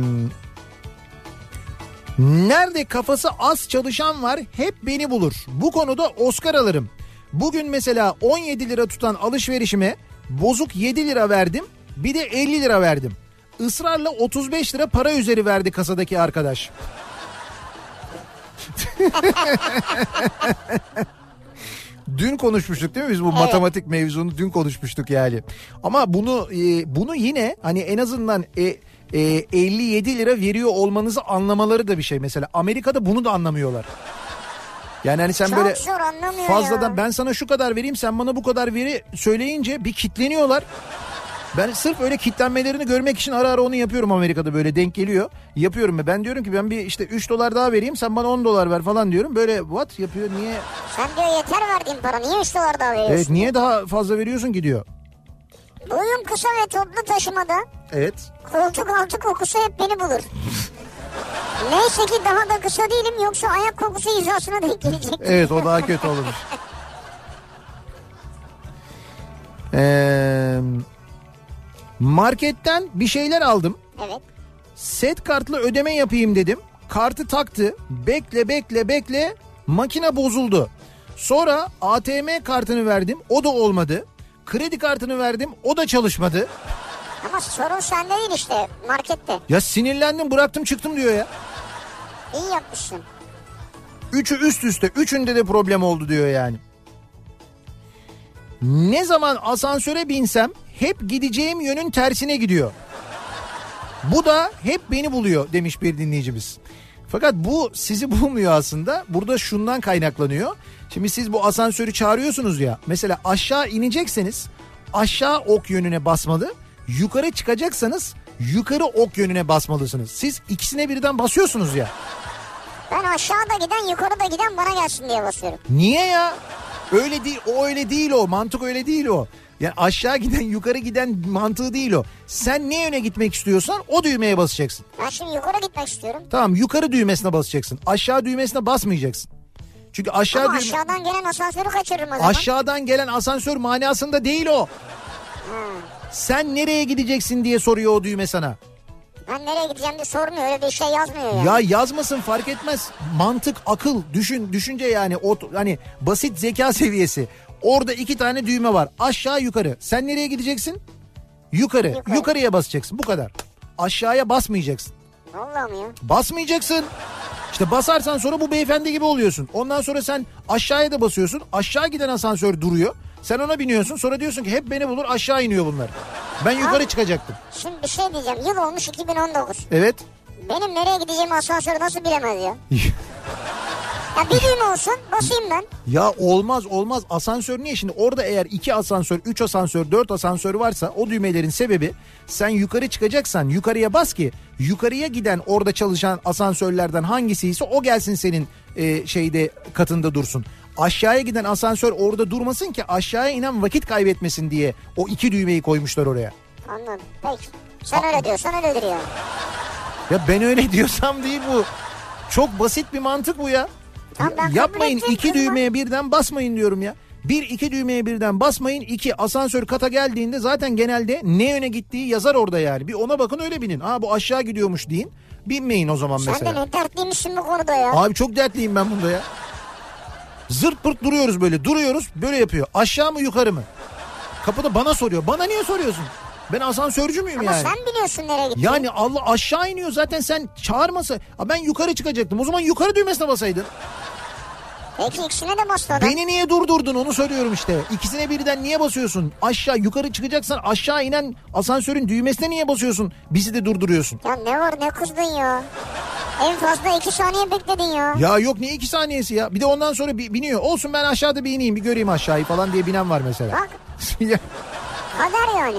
Nerede kafası az çalışan var hep beni bulur. Bu konuda Oscar alırım. Bugün mesela on yedi lira tutan alışverişime bozuk yedi lira verdim. Bir de elli lira verdim. Israrla otuz beş lira para üzeri verdi kasadaki arkadaş. Dün konuşmuştuk değil mi biz bu evet. matematik mevzunu dün konuşmuştuk yani. Ama bunu e, bunu yine hani en azından e, e, elli yedi lira veriyor olmanızı anlamaları da bir şey. Mesela Amerika'da bunu da anlamıyorlar. Yani hani sen çok böyle fazladan ya. Ben sana şu kadar vereyim sen bana bu kadar veri söyleyince bir kitleniyorlar. Ben sırf öyle kitlenmelerini görmek için ara ara onu yapıyorum Amerika'da, böyle denk geliyor. Yapıyorum ben. Ben diyorum ki ben bir işte üç dolar daha vereyim sen bana on dolar ver falan diyorum. Böyle what yapıyor niye? Sen diyor yeter verdiğin para niye üç dolar daha veriyorsun? Evet niye daha fazla veriyorsun ki diyor. Boyum kısa ve toplu taşımada. Evet. Koltuk altı kokusu hep beni bulur. Neyse ki daha da kısa değilim yoksa ayak kokusu hizasına denk gelecek. Evet o daha kötü olurmuş. Eee... Marketten bir şeyler aldım. Evet. Set kartla ödeme yapayım dedim. Kartı taktı. Bekle bekle bekle. Makine bozuldu. Sonra A T M kartını verdim. O da olmadı. Kredi kartını verdim. O da çalışmadı. Ama sorun sende değil işte markette. Ya sinirlendim bıraktım çıktım diyor ya. İyi yapmışsın. Üçü üst üste. Üçünde de problem oldu diyor yani. Ne zaman asansöre binsem hep gideceğim yönün tersine gidiyor. Bu da hep beni buluyor demiş bir dinleyicimiz. Fakat bu sizi bulmuyor aslında. Burada şundan kaynaklanıyor. Şimdi siz bu asansörü çağırıyorsunuz ya. Mesela aşağı inecekseniz aşağı ok yönüne basmalı. Yukarı çıkacaksanız yukarı ok yönüne basmalısınız. Siz ikisine birden basıyorsunuz ya. Ben aşağıda giden yukarıda giden bana gelsin diye basıyorum. Niye ya? Öyle değil, o öyle değil o. Mantık öyle değil o. Yani aşağı giden yukarı giden mantığı değil o. Sen ne yöne gitmek istiyorsan o düğmeye basacaksın. Ben şimdi yukarı gitmek istiyorum. Tamam yukarı düğmesine basacaksın. Aşağı düğmesine basmayacaksın. Çünkü aşağı Ama düğme... aşağıdan gelen asansörü kaçırırım o zaman. Aşağıdan gelen asansör manasında değil o. Hmm. Sen nereye gideceksin diye soruyor o düğme sana. Ben nereye gideceğim diye sormuyor, öyle bir şey yazmıyor yani. Ya yazmasın fark etmez. Mantık, akıl, düşün, düşünce yani o hani basit zeka seviyesi. Orada iki tane düğme var. Aşağı yukarı. Sen nereye gideceksin? Yukarı. Yukarı. Yukarıya basacaksın. Bu kadar. Aşağıya basmayacaksın. Vallahi mi ya? Basmayacaksın. İşte basarsan sonra bu beyefendi gibi oluyorsun. Ondan sonra sen aşağıya da basıyorsun. Aşağı giden asansör duruyor. Sen ona biniyorsun. Sonra diyorsun ki hep beni bulur, aşağı iniyor bunlar. Ben yukarı ha, çıkacaktım. Şimdi bir şey diyeceğim. Yıl olmuş iki bin on dokuz. Evet. Benim nereye gideceğimi asansörü nasıl bilemez ya? Ya bir düğme olsun basayım ben. Ya olmaz olmaz asansör niye şimdi orada eğer iki asansör, üç asansör, dört asansör varsa o düğmelerin sebebi sen yukarı çıkacaksan yukarıya bas ki yukarıya giden orada çalışan asansörlerden hangisiyse o gelsin senin e, şeyde katında dursun. Aşağıya giden asansör orada durmasın ki aşağıya inen vakit kaybetmesin diye o iki düğmeyi koymuşlar oraya. Anladım. Peki. Sen öyle diyorsan öyledir ya. Ya ben öyle diyorsam değil bu. Çok basit bir mantık bu ya. Tamam, yapmayın iki düğmeye birden basmayın diyorum ya. Bir iki düğmeye birden basmayın. İki asansör kata geldiğinde zaten genelde ne yöne gittiği yazar orada yani. Bir ona bakın öyle binin. Aa bu aşağı gidiyormuş deyin. Binmeyin o zaman sen mesela. Sen de ne dertliymişsin bu konuda ya. Abi çok dertliyim ben bunda ya. Zırt pırt duruyoruz böyle duruyoruz böyle yapıyor. Aşağı mı yukarı mı? Kapıda bana soruyor. Bana niye soruyorsun? Ben asansörcü müyüm ama yani? Ama sen biliyorsun nereye gittiğini. Yani Allah aşağı iniyor zaten sen çağırmasa. Ben yukarı çıkacaktım. O zaman yukarı düğmesine basaydın. Peki ikisine de bastı adam. Beni niye durdurdun onu söylüyorum işte. İkisine birden niye basıyorsun? Aşağı yukarı çıkacaksan aşağı inen asansörün düğmesine niye basıyorsun? Bizi de durduruyorsun. Ya ne var ne kızdın ya? En fazla iki saniye bekledin ya. Ya yok ne iki saniyesi ya? Bir de ondan sonra biniyor. Olsun ben aşağıda bir ineyim bir göreyim aşağıyı falan diye binen var mesela. Bak. Kader yani.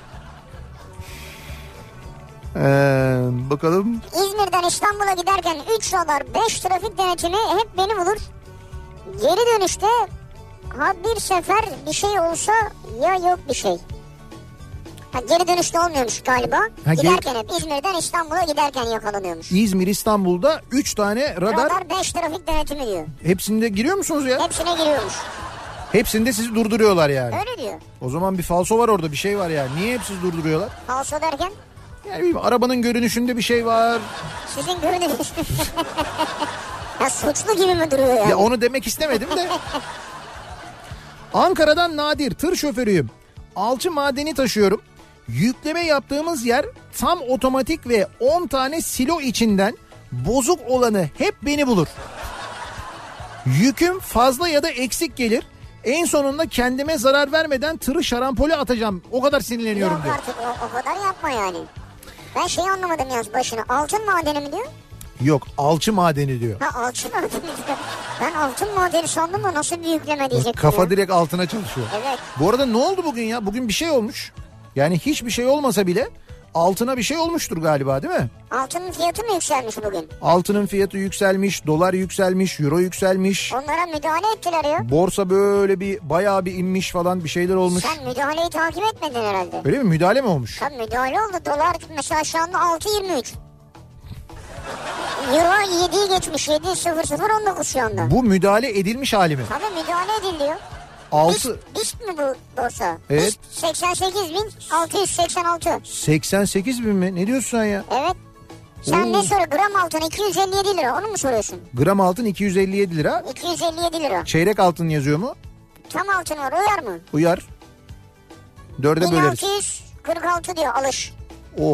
Ee, bakalım. İzmir'den İstanbul'a giderken üç radar beş trafik denetimi hep beni bulur. Geri dönüşte ha bir sefer bir şey olsa ya yok bir şey. Ha, geri dönüşte olmuyormuş galiba. Ha, giderken geri... hep İzmir'den İstanbul'a giderken yakalanıyormuş. İzmir İstanbul'da üç tane radar. Radar beş trafik denetimi diyor. Hepsinde giriyor musunuz ya? Hepsine giriyormuş. Hepsinde sizi durduruyorlar yani. Öyle diyor. O zaman bir falso var orada, bir şey var yani. Niye hep sizi durduruyorlar? Falso derken? Yani bilmiyorum, arabanın görünüşünde bir şey var. Sizin görünüşünüz. Ya suçlu gibi mi duruyor yani? Ya onu demek istemedim de. Ankara'dan Nadir, tır şoförüyüm. Alçı madeni taşıyorum. Yükleme yaptığımız yer tam otomatik ve on tane silo içinden bozuk olanı hep beni bulur. Yüküm fazla ya da eksik gelir. En sonunda kendime zarar vermeden tırı şarampole atacağım. O kadar sinirleniyorum Yok diyor. artık o, o kadar yapma yani. Ben şeyi anlamadım yalnız başına. Altın madeni mi diyor? Yok, alçı madeni diyor. Ha altın madeni diyor. Ben altın madeni sandım da nasıl bir yükleme diyecektim. Kafa ya. direkt altına çalışıyor. Evet. Bu arada ne oldu bugün ya? Bugün bir şey olmuş. Yani hiçbir şey olmasa bile altına bir şey olmuştur galiba, değil mi? Altının fiyatı mı yükselmiş bugün? Altının fiyatı yükselmiş, dolar yükselmiş, euro yükselmiş. Onlara müdahale ettiler ya. Borsa böyle bir bayağı bir inmiş falan, bir şeyler olmuş. Sen müdahaleyi takip etmedin herhalde. Öyle mi? Müdahale mi olmuş? Tabii müdahale oldu. Dolar mesela şu anda altı yirmi üç. Euro yediyi geçmiş. yedi sıfır sıfır on dokuz şu anda. Bu müdahale edilmiş hali mi? Tabii müdahale ediliyor. altı. BIST, BIST mi bu borsa? Evet. BIST seksen sekiz bin altı yüz seksen altı. seksen sekiz bin mi? Ne diyorsun sen ya? Evet. Sen Oo. ne soru? Gram altın iki yüz elli yedi lira. Onu mu soruyorsun? Gram altın iki yüz elli yedi lira. iki yüz elli yedi lira. Çeyrek altın yazıyor mu? Tam altın var. Uyar mı? Uyar. Dörde bin böleriz. altı yüz kırk altı diyor alış. Oh.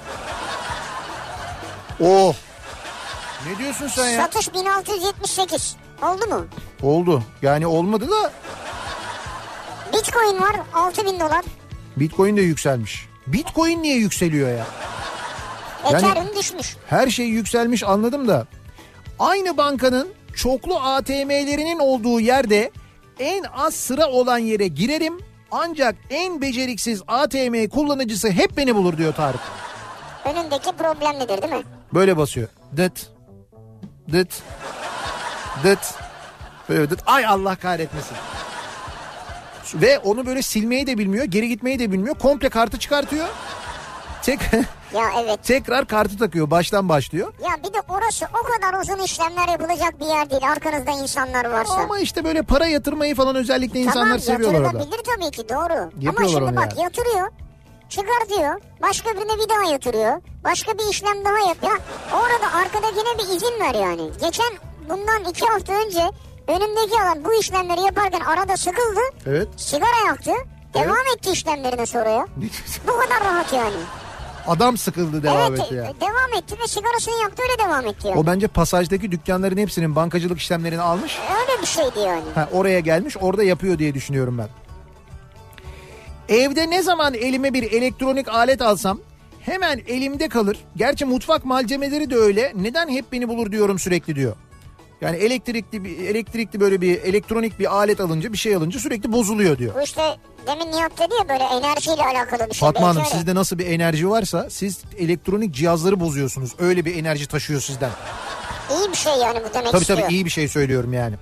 Oh. Ne diyorsun sen ya? Satış bin altı yüz yetmiş sekiz. Oldu mu? Oldu. Yani olmadı da Bitcoin var altı bin dolar. Bitcoin de yükselmiş. Bitcoin niye yükseliyor ya? Yani- Ethereum düşmüş. Her şey yükselmiş, anladım da. Aynı bankanın çoklu A T M'lerinin olduğu yerde en az sıra olan yere girerim. Ancak en beceriksiz A T M kullanıcısı hep beni bulur diyor Tarık. Önündeki problem nedir değil mi? Böyle basıyor. Dıt. Dıt. Dıt. Böyle dıt. Ay Allah kahretmesin. Ve onu böyle silmeyi de bilmiyor, geri gitmeyi de bilmiyor. Komple kartı çıkartıyor. Tek Ya evet. tekrar kartı takıyor, baştan başlıyor. Ya bir de orası o kadar uzun işlemler yapılacak bir yer değil. Arkanızda insanlar varsa. Ama işte böyle para yatırmayı falan özellikle insanlar tamam, seviyorlar orada. yatırılabilir tabii ki doğru. Ama Yapıyorlar şimdi onu bak yani. yatırıyor. Çıkartıyor. Başka birine bir daha yatırıyor. Başka bir işlem daha yapıyor. Orada arkada yine bir izin ver yani. Geçen bundan iki hafta önce önümdeki adam bu işlemleri yaparken arada sıkıldı. Evet. Sigara yaktı. Devam etti işlemlerine sonra ya. Bu kadar rahat yani. Adam sıkıldı, devam evet etti ya. devam etti ve sigarasını yaktı öyle devam etti yani. O bence pasajdaki dükkanların hepsinin bankacılık işlemlerini almış. Öyle bir şeydi yani. Ha, oraya gelmiş, orada yapıyor diye düşünüyorum ben. Evde ne zaman elime bir elektronik alet alsam hemen elimde kalır. Gerçi mutfak malzemeleri de öyle. Neden hep beni bulur diyorum sürekli diyor. Yani elektrikli bir elektrikli böyle bir elektronik bir alet alınca, bir şey alınca sürekli bozuluyor diyor. Bu işte demin Nihat dedi ya böyle enerjiyle alakalı bir şey. Fatma Hanım, Belki öyle. sizde nasıl bir enerji varsa siz elektronik cihazları bozuyorsunuz. Öyle bir enerji taşıyor sizden. İyi bir şey yani bu demek Tabii istiyor. tabii iyi bir şey söylüyorum yani.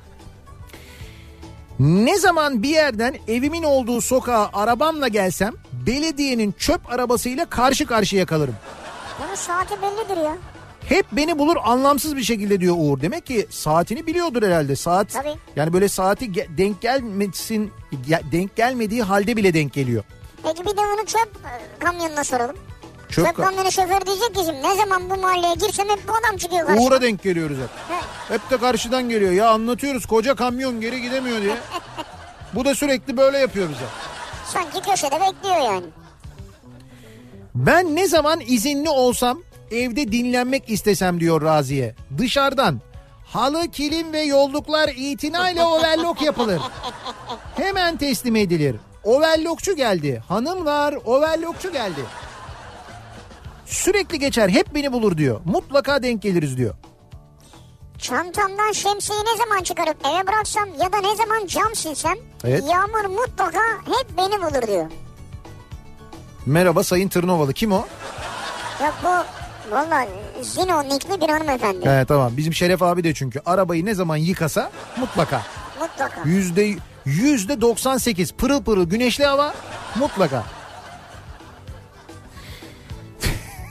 Ne zaman bir yerden evimin olduğu sokağa arabamla gelsem belediyenin çöp arabasıyla karşı karşıya kalırım. Bunun saati bellidir ya. Hep beni bulur anlamsız bir şekilde diyor Uğur. Demek ki saatini biliyordur herhalde. Saat Tabii. yani böyle saati ge- denk gelmesin ge- denk gelmediği halde bile denk geliyor. Peki bir de bunu çöp e, kamyonuna soralım. Çöp, Çöp ka- kamyonu şoförü diyecek ki şimdi ne zaman bu mahalleye girsem hep bu adam çıkıyor karşıma. Uğur'a denk geliyoruz hep. He. Hep de karşıdan geliyor. Ya anlatıyoruz, koca kamyon geri gidemiyor diye. Bu da sürekli böyle yapıyor bize. Sanki köşede bekliyor yani. Ben ne zaman izinli olsam evde dinlenmek istesem diyor Raziye. Dışarıdan halı, kilim ve yolluklar itinayla overlock yapılır. Hemen teslim edilir. Overlockçu geldi. Hanımlar, overlockçu geldi. Sürekli geçer, hep beni bulur diyor. Mutlaka denk geliriz diyor. Çantamdan şemsiyeyi ne zaman çıkarıp eve bıraksam ya da ne zaman cam silsem Evet. yağmur mutlaka hep beni bulur diyor. Merhaba Sayın Tırnovalı, kim o? Yok bu valla Zino nikli bir hanımefendi. He, tamam, bizim Şeref abi de çünkü arabayı ne zaman yıkasa mutlaka. Mutlaka. Yüzde yüzde doksan sekiz pırıl pırıl güneşli hava mutlaka.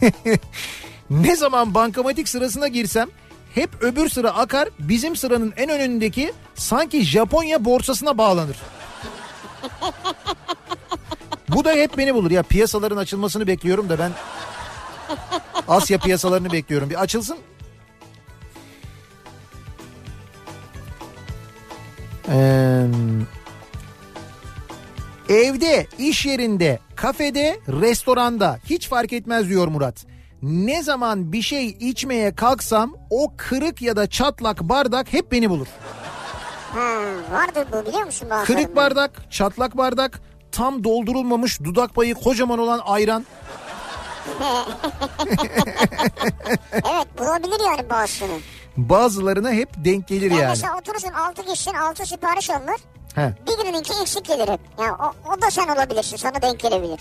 Ne zaman bankamatik sırasına girsem hep öbür sıra akar, bizim sıranın en önündeki sanki Japonya borsasına bağlanır. Bu da hep beni bulur ya, piyasaların açılmasını bekliyorum da ben Asya piyasalarını bekliyorum. Bir açılsın. Ee, evde, iş yerinde, kafede, restoranda hiç fark etmez diyor Murat. Ne zaman bir şey içmeye kalksam o kırık ya da çatlak bardak hep beni bulur. Ha, vardır bu, biliyor musun? Kırık bardak, çatlak bardak, tam doldurulmamış dudak payı kocaman olan ayran. Evet, bulabilir yani bazısını. Bazılarına hep denk gelir ya yani. Mesela oturursun altı kişinin altı sipariş alınır. He. Birininki eksik gelir hep. Yani o, o da sen olabilirsin, sana denk gelebilir.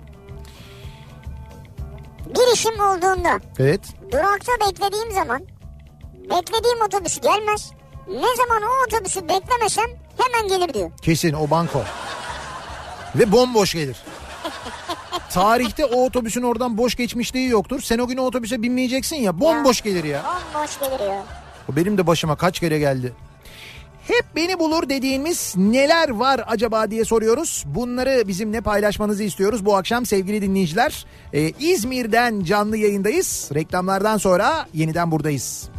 Bir işim olduğunda Evet. durakta beklediğim zaman beklediğim otobüs gelmez. Ne zaman o otobüsü beklemesem hemen gelir diyor. Kesin o banko. Ve bomboş gelir. Tarihte o otobüsün oradan boş geçmişliği yoktur. Sen o gün o otobüse binmeyeceksin ya, bomboş ya, gelir ya. Bomboş gelir ya. O benim de başıma kaç kere geldi. Hep beni bulur dediğimiz neler var acaba diye soruyoruz. Bunları bizimle paylaşmanızı istiyoruz bu akşam sevgili dinleyiciler. Ee, İzmir'den canlı yayındayız. Reklamlardan sonra yeniden buradayız.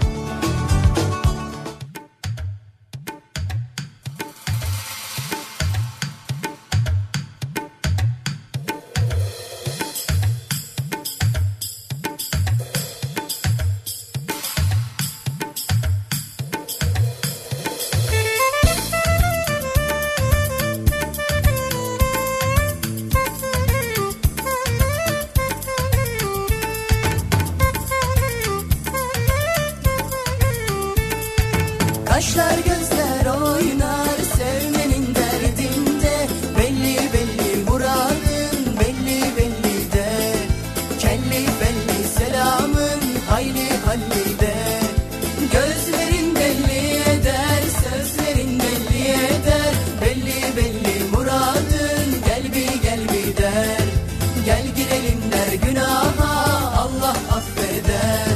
Kaşlar gözler oynar sevmenin derdinde, belli belli muradın belli belli de, kelli belli selamın hayli halli de, gözlerin belli eder sözlerin belli eder, belli belli muradın gel bir gel bir der, gel girelim der günaha Allah affeder.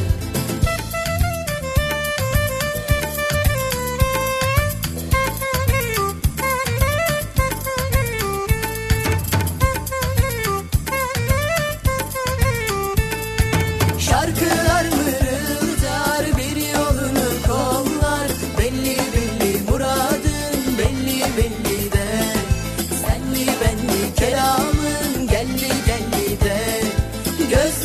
Şarkılar mırıldar bir yolunu kollar, belli belli muradın belli belli de, senli benli kelamın gelli gelli de, göz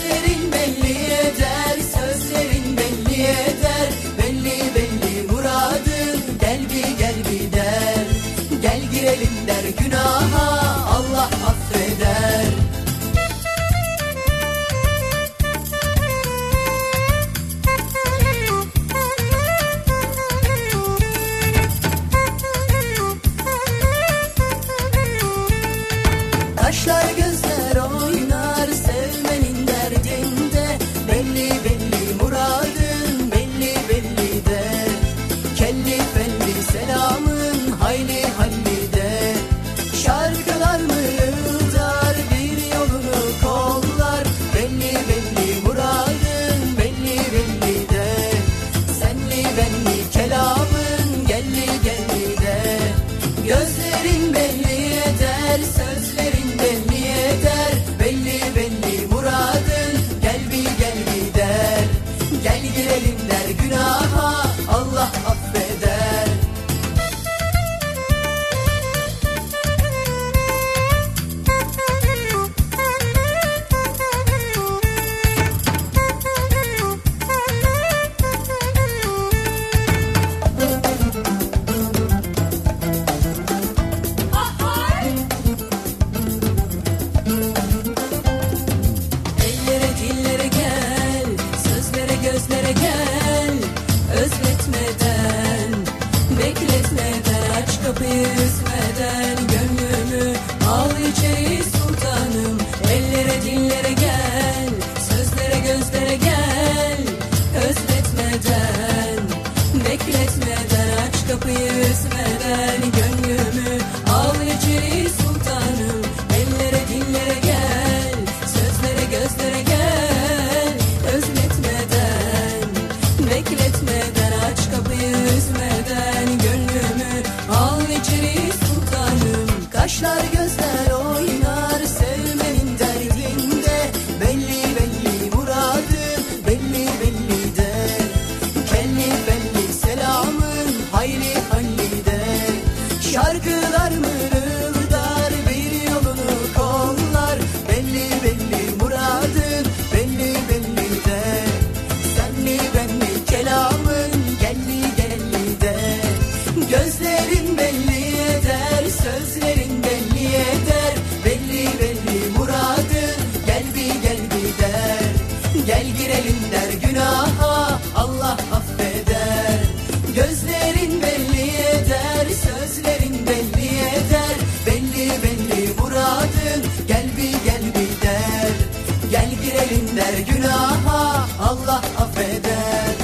girelim der günaha, Allah affeder. Gözlerin belli eder, sözlerin belli eder. Belli belli muradın, gel bir gel bir der. Gel girelim der günaha, Allah affeder.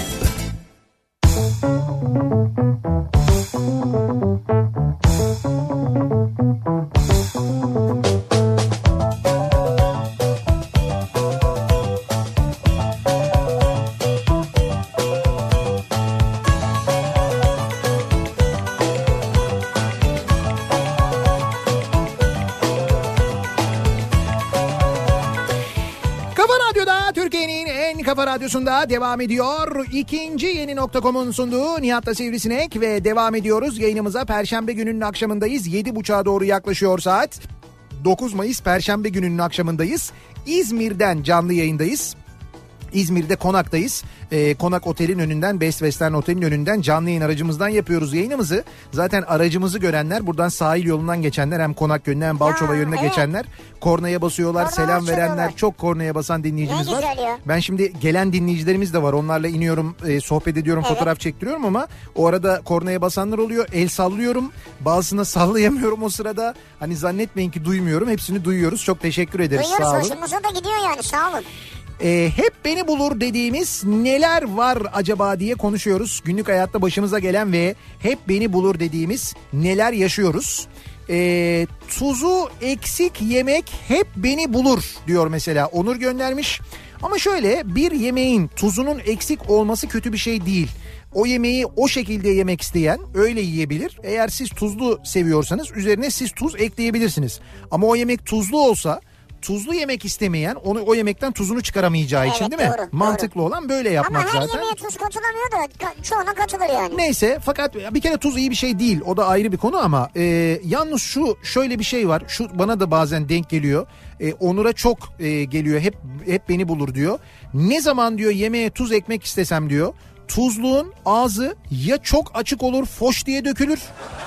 Kafa Radyosu'nda devam ediyor. İkinci yeni nokta com'un sunduğu Nihat'la Sivrisinek ve devam ediyoruz. Yayınımıza Perşembe gününün akşamındayız. yedi buçuğa doğru yaklaşıyor saat. dokuz Mayıs Perşembe gününün akşamındayız. İzmir'den canlı yayındayız. İzmir'de Konak'tayız. Ee, Konak Otel'in önünden, Best Western Otel'in önünden canlı yayın aracımızdan yapıyoruz yayınımızı. Zaten aracımızı görenler, buradan sahil yolundan geçenler, hem Konak yönüne hem Balçova yönüne evet. geçenler kornaya basıyorlar, kornaya selam verenler, çalıyorlar. Çok kornaya basan dinleyicimiz var. Ya. Ben şimdi gelen dinleyicilerimiz de var. Onlarla iniyorum, e, sohbet ediyorum, evet. fotoğraf çektiriyorum ama o arada kornaya basanlar oluyor. El sallıyorum. Bazısına sallayamıyorum o sırada. Hani zannetmeyin ki duymuyorum. Hepsini duyuyoruz. Çok teşekkür ederiz. Duyuyoruz, sağ olun. Hoşumuza da gidiyor yani, sağ olun. Ee, hep beni bulur dediğimiz neler var acaba diye konuşuyoruz. Günlük hayatta başımıza gelen ve hep beni bulur dediğimiz neler yaşıyoruz. Ee, tuzu eksik yemek hep beni bulur diyor mesela Onur göndermiş. Ama şöyle, bir yemeğin tuzunun eksik olması kötü bir şey değil. O yemeği o şekilde yemek isteyen öyle yiyebilir. Eğer siz tuzlu seviyorsanız üzerine siz tuz ekleyebilirsiniz. Ama o yemek tuzlu olsa, tuzlu yemek istemeyen onu o yemekten tuzunu çıkaramayacağı evet, için değil mi? Doğru, Mantıklı doğru. olan böyle yapmak zaten. Ama her zaten. yemeğe tuz katılamıyor da çoğuna katılır yani. Neyse, fakat bir kere tuz iyi bir şey değil. O da ayrı bir konu ama e, yalnız şu şöyle bir şey var. Şu bana da bazen denk geliyor. E, Onur'a çok e, geliyor. Hep hep beni bulur diyor. Ne zaman diyor yemeğe tuz ekmek istesem diyor. Tuzluğun ağzı ya çok açık olur, foş diye dökülür.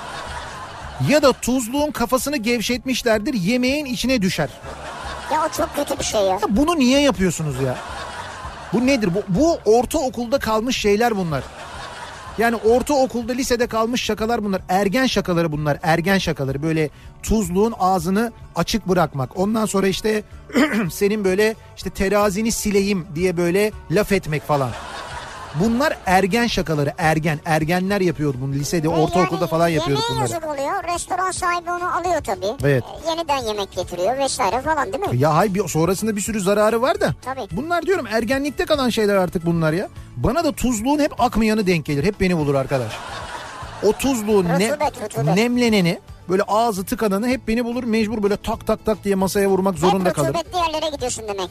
Ya da tuzluğun kafasını gevşetmişlerdir, yemeğin içine düşer. Ya o çok kötü bir şey ya. ya bunu niye yapıyorsunuz ya? Bu nedir? Bu, bu ortaokulda kalmış şeyler bunlar. Yani ortaokulda, lisede kalmış şakalar bunlar. Ergen şakaları bunlar. Ergen şakaları. Böyle tuzluğun ağzını açık bırakmak. Ondan sonra işte senin böyle işte terazini sileyim diye böyle laf etmek falan. Bunlar ergen şakaları, ergen. Ergenler yapıyordu bunu lisede, e ortaokulda yani falan yapıyorduk bunları. Yemeğe yazık oluyor. Restoran sahibi onu alıyor tabii. Evet. E, yeniden yemek getiriyor vesaire falan, değil mi? Ya hayır, sonrasında bir sürü zararı var da. Tabii. Bunlar diyorum ergenlikte kalan şeyler artık bunlar ya. Bana da tuzluğun hep akmayanı denk gelir. Hep beni bulur arkadaş. O tuzluğun ne, rutubet, rutubet. nemleneni, böyle ağzı tıkananı hep beni bulur. Mecbur böyle tak tak tak diye masaya vurmak zorunda kalırım. Hep rutubetli yerlere gidiyorsun demek.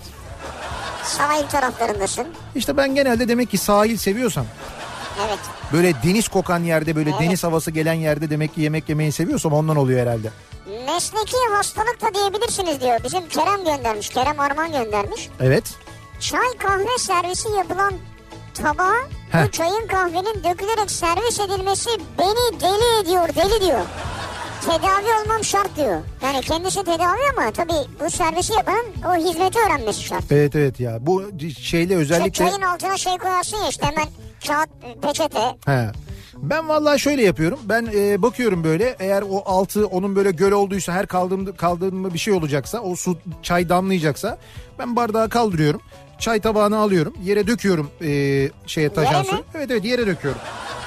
Sahil taraflarındasın. İşte ben genelde demek ki sahil seviyorsam. Evet. Böyle deniz kokan yerde, böyle evet. deniz havası gelen yerde demek ki yemek yemeyi seviyorsam ondan oluyor herhalde. Mesleki hastalık da diyebilirsiniz diyor. Bizim Kerem göndermiş. Kerem Arman göndermiş. Evet. Çay kahve servisi yapılan tabağa Heh. bu çayın kahvenin dökülerek servis edilmesi beni deli ediyor, deli diyor. Tedavi olmam şart diyor. Yani kendisi tedavi ama tabii bu servisi yapanın o hizmeti öğrenmesi şart. Evet evet ya. Bu şeyle özellikle... Çayın altına şey koyarsın ya işte, hemen kağıt, peçete. He. Ben vallahi şöyle yapıyorum. Ben e, bakıyorum böyle, eğer o altı onun böyle göl olduysa, her kaldığım kaldığımda bir şey olacaksa, o su çay damlayacaksa ben bardağı kaldırıyorum. Çay tabağını alıyorum. Yere döküyorum e, şeye taşan su. Evet evet yere döküyorum.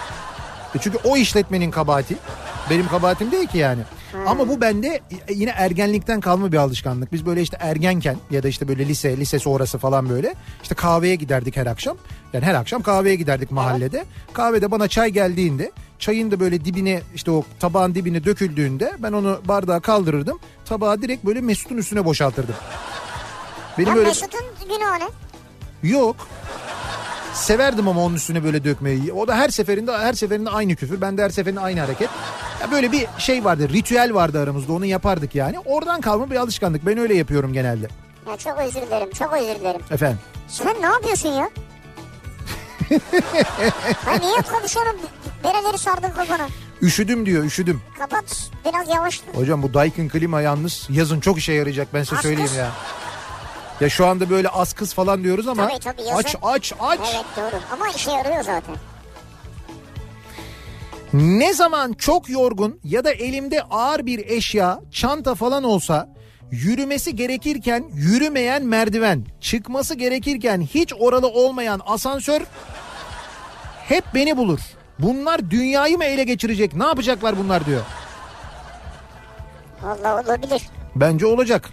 E çünkü o işletmenin kabahati. Benim kabahatim değil ki yani. Hmm. Ama bu bende yine ergenlikten kalma bir alışkanlık. Biz böyle işte ergenken ya da işte böyle lise, lise sonrası falan böyle işte kahveye giderdik her akşam. Yani her akşam kahveye giderdik mahallede. Evet. Kahvede bana çay geldiğinde, çayın da böyle dibine, işte o tabağın dibine döküldüğünde ben onu bardağa kaldırırdım. Tabağı direkt böyle Mesut'un üstüne boşaltırdım. Benim ya böyle... Mesut'un günahı ne? Yok. Severdim ama onun üstüne böyle dökmeyi. O da her seferinde her seferinde aynı küfür. Ben de her seferinde aynı hareket. Ya böyle bir şey vardı, ritüel vardı aramızda. Onu yapardık yani. Oradan kalma bir alışkanlık. Ben öyle yapıyorum genelde. Ya çok özür dilerim, çok özür dilerim. Efendim? Sen ne yapıyorsun ya? Ha niye konuşuyorum? Bereleri sardın kafana. Üşüdüm diyor, üşüdüm. Kapat, biraz yavaş. Hocam bu Daikin klima yalnız yazın çok işe yarayacak, ben size Az söyleyeyim kız. ya. Ya şu anda böyle az kız falan diyoruz ama Tabii, tabii, yazın. aç aç aç. Evet doğru ama işe yarıyor zaten. Ne zaman çok yorgun ya da elimde ağır bir eşya, çanta falan olsa yürümesi gerekirken yürümeyen merdiven, çıkması gerekirken hiç oralı olmayan asansör hep beni bulur. Bunlar dünyayı mı ele geçirecek? Ne yapacaklar bunlar diyor. Vallahi olabilir. Bence olacak.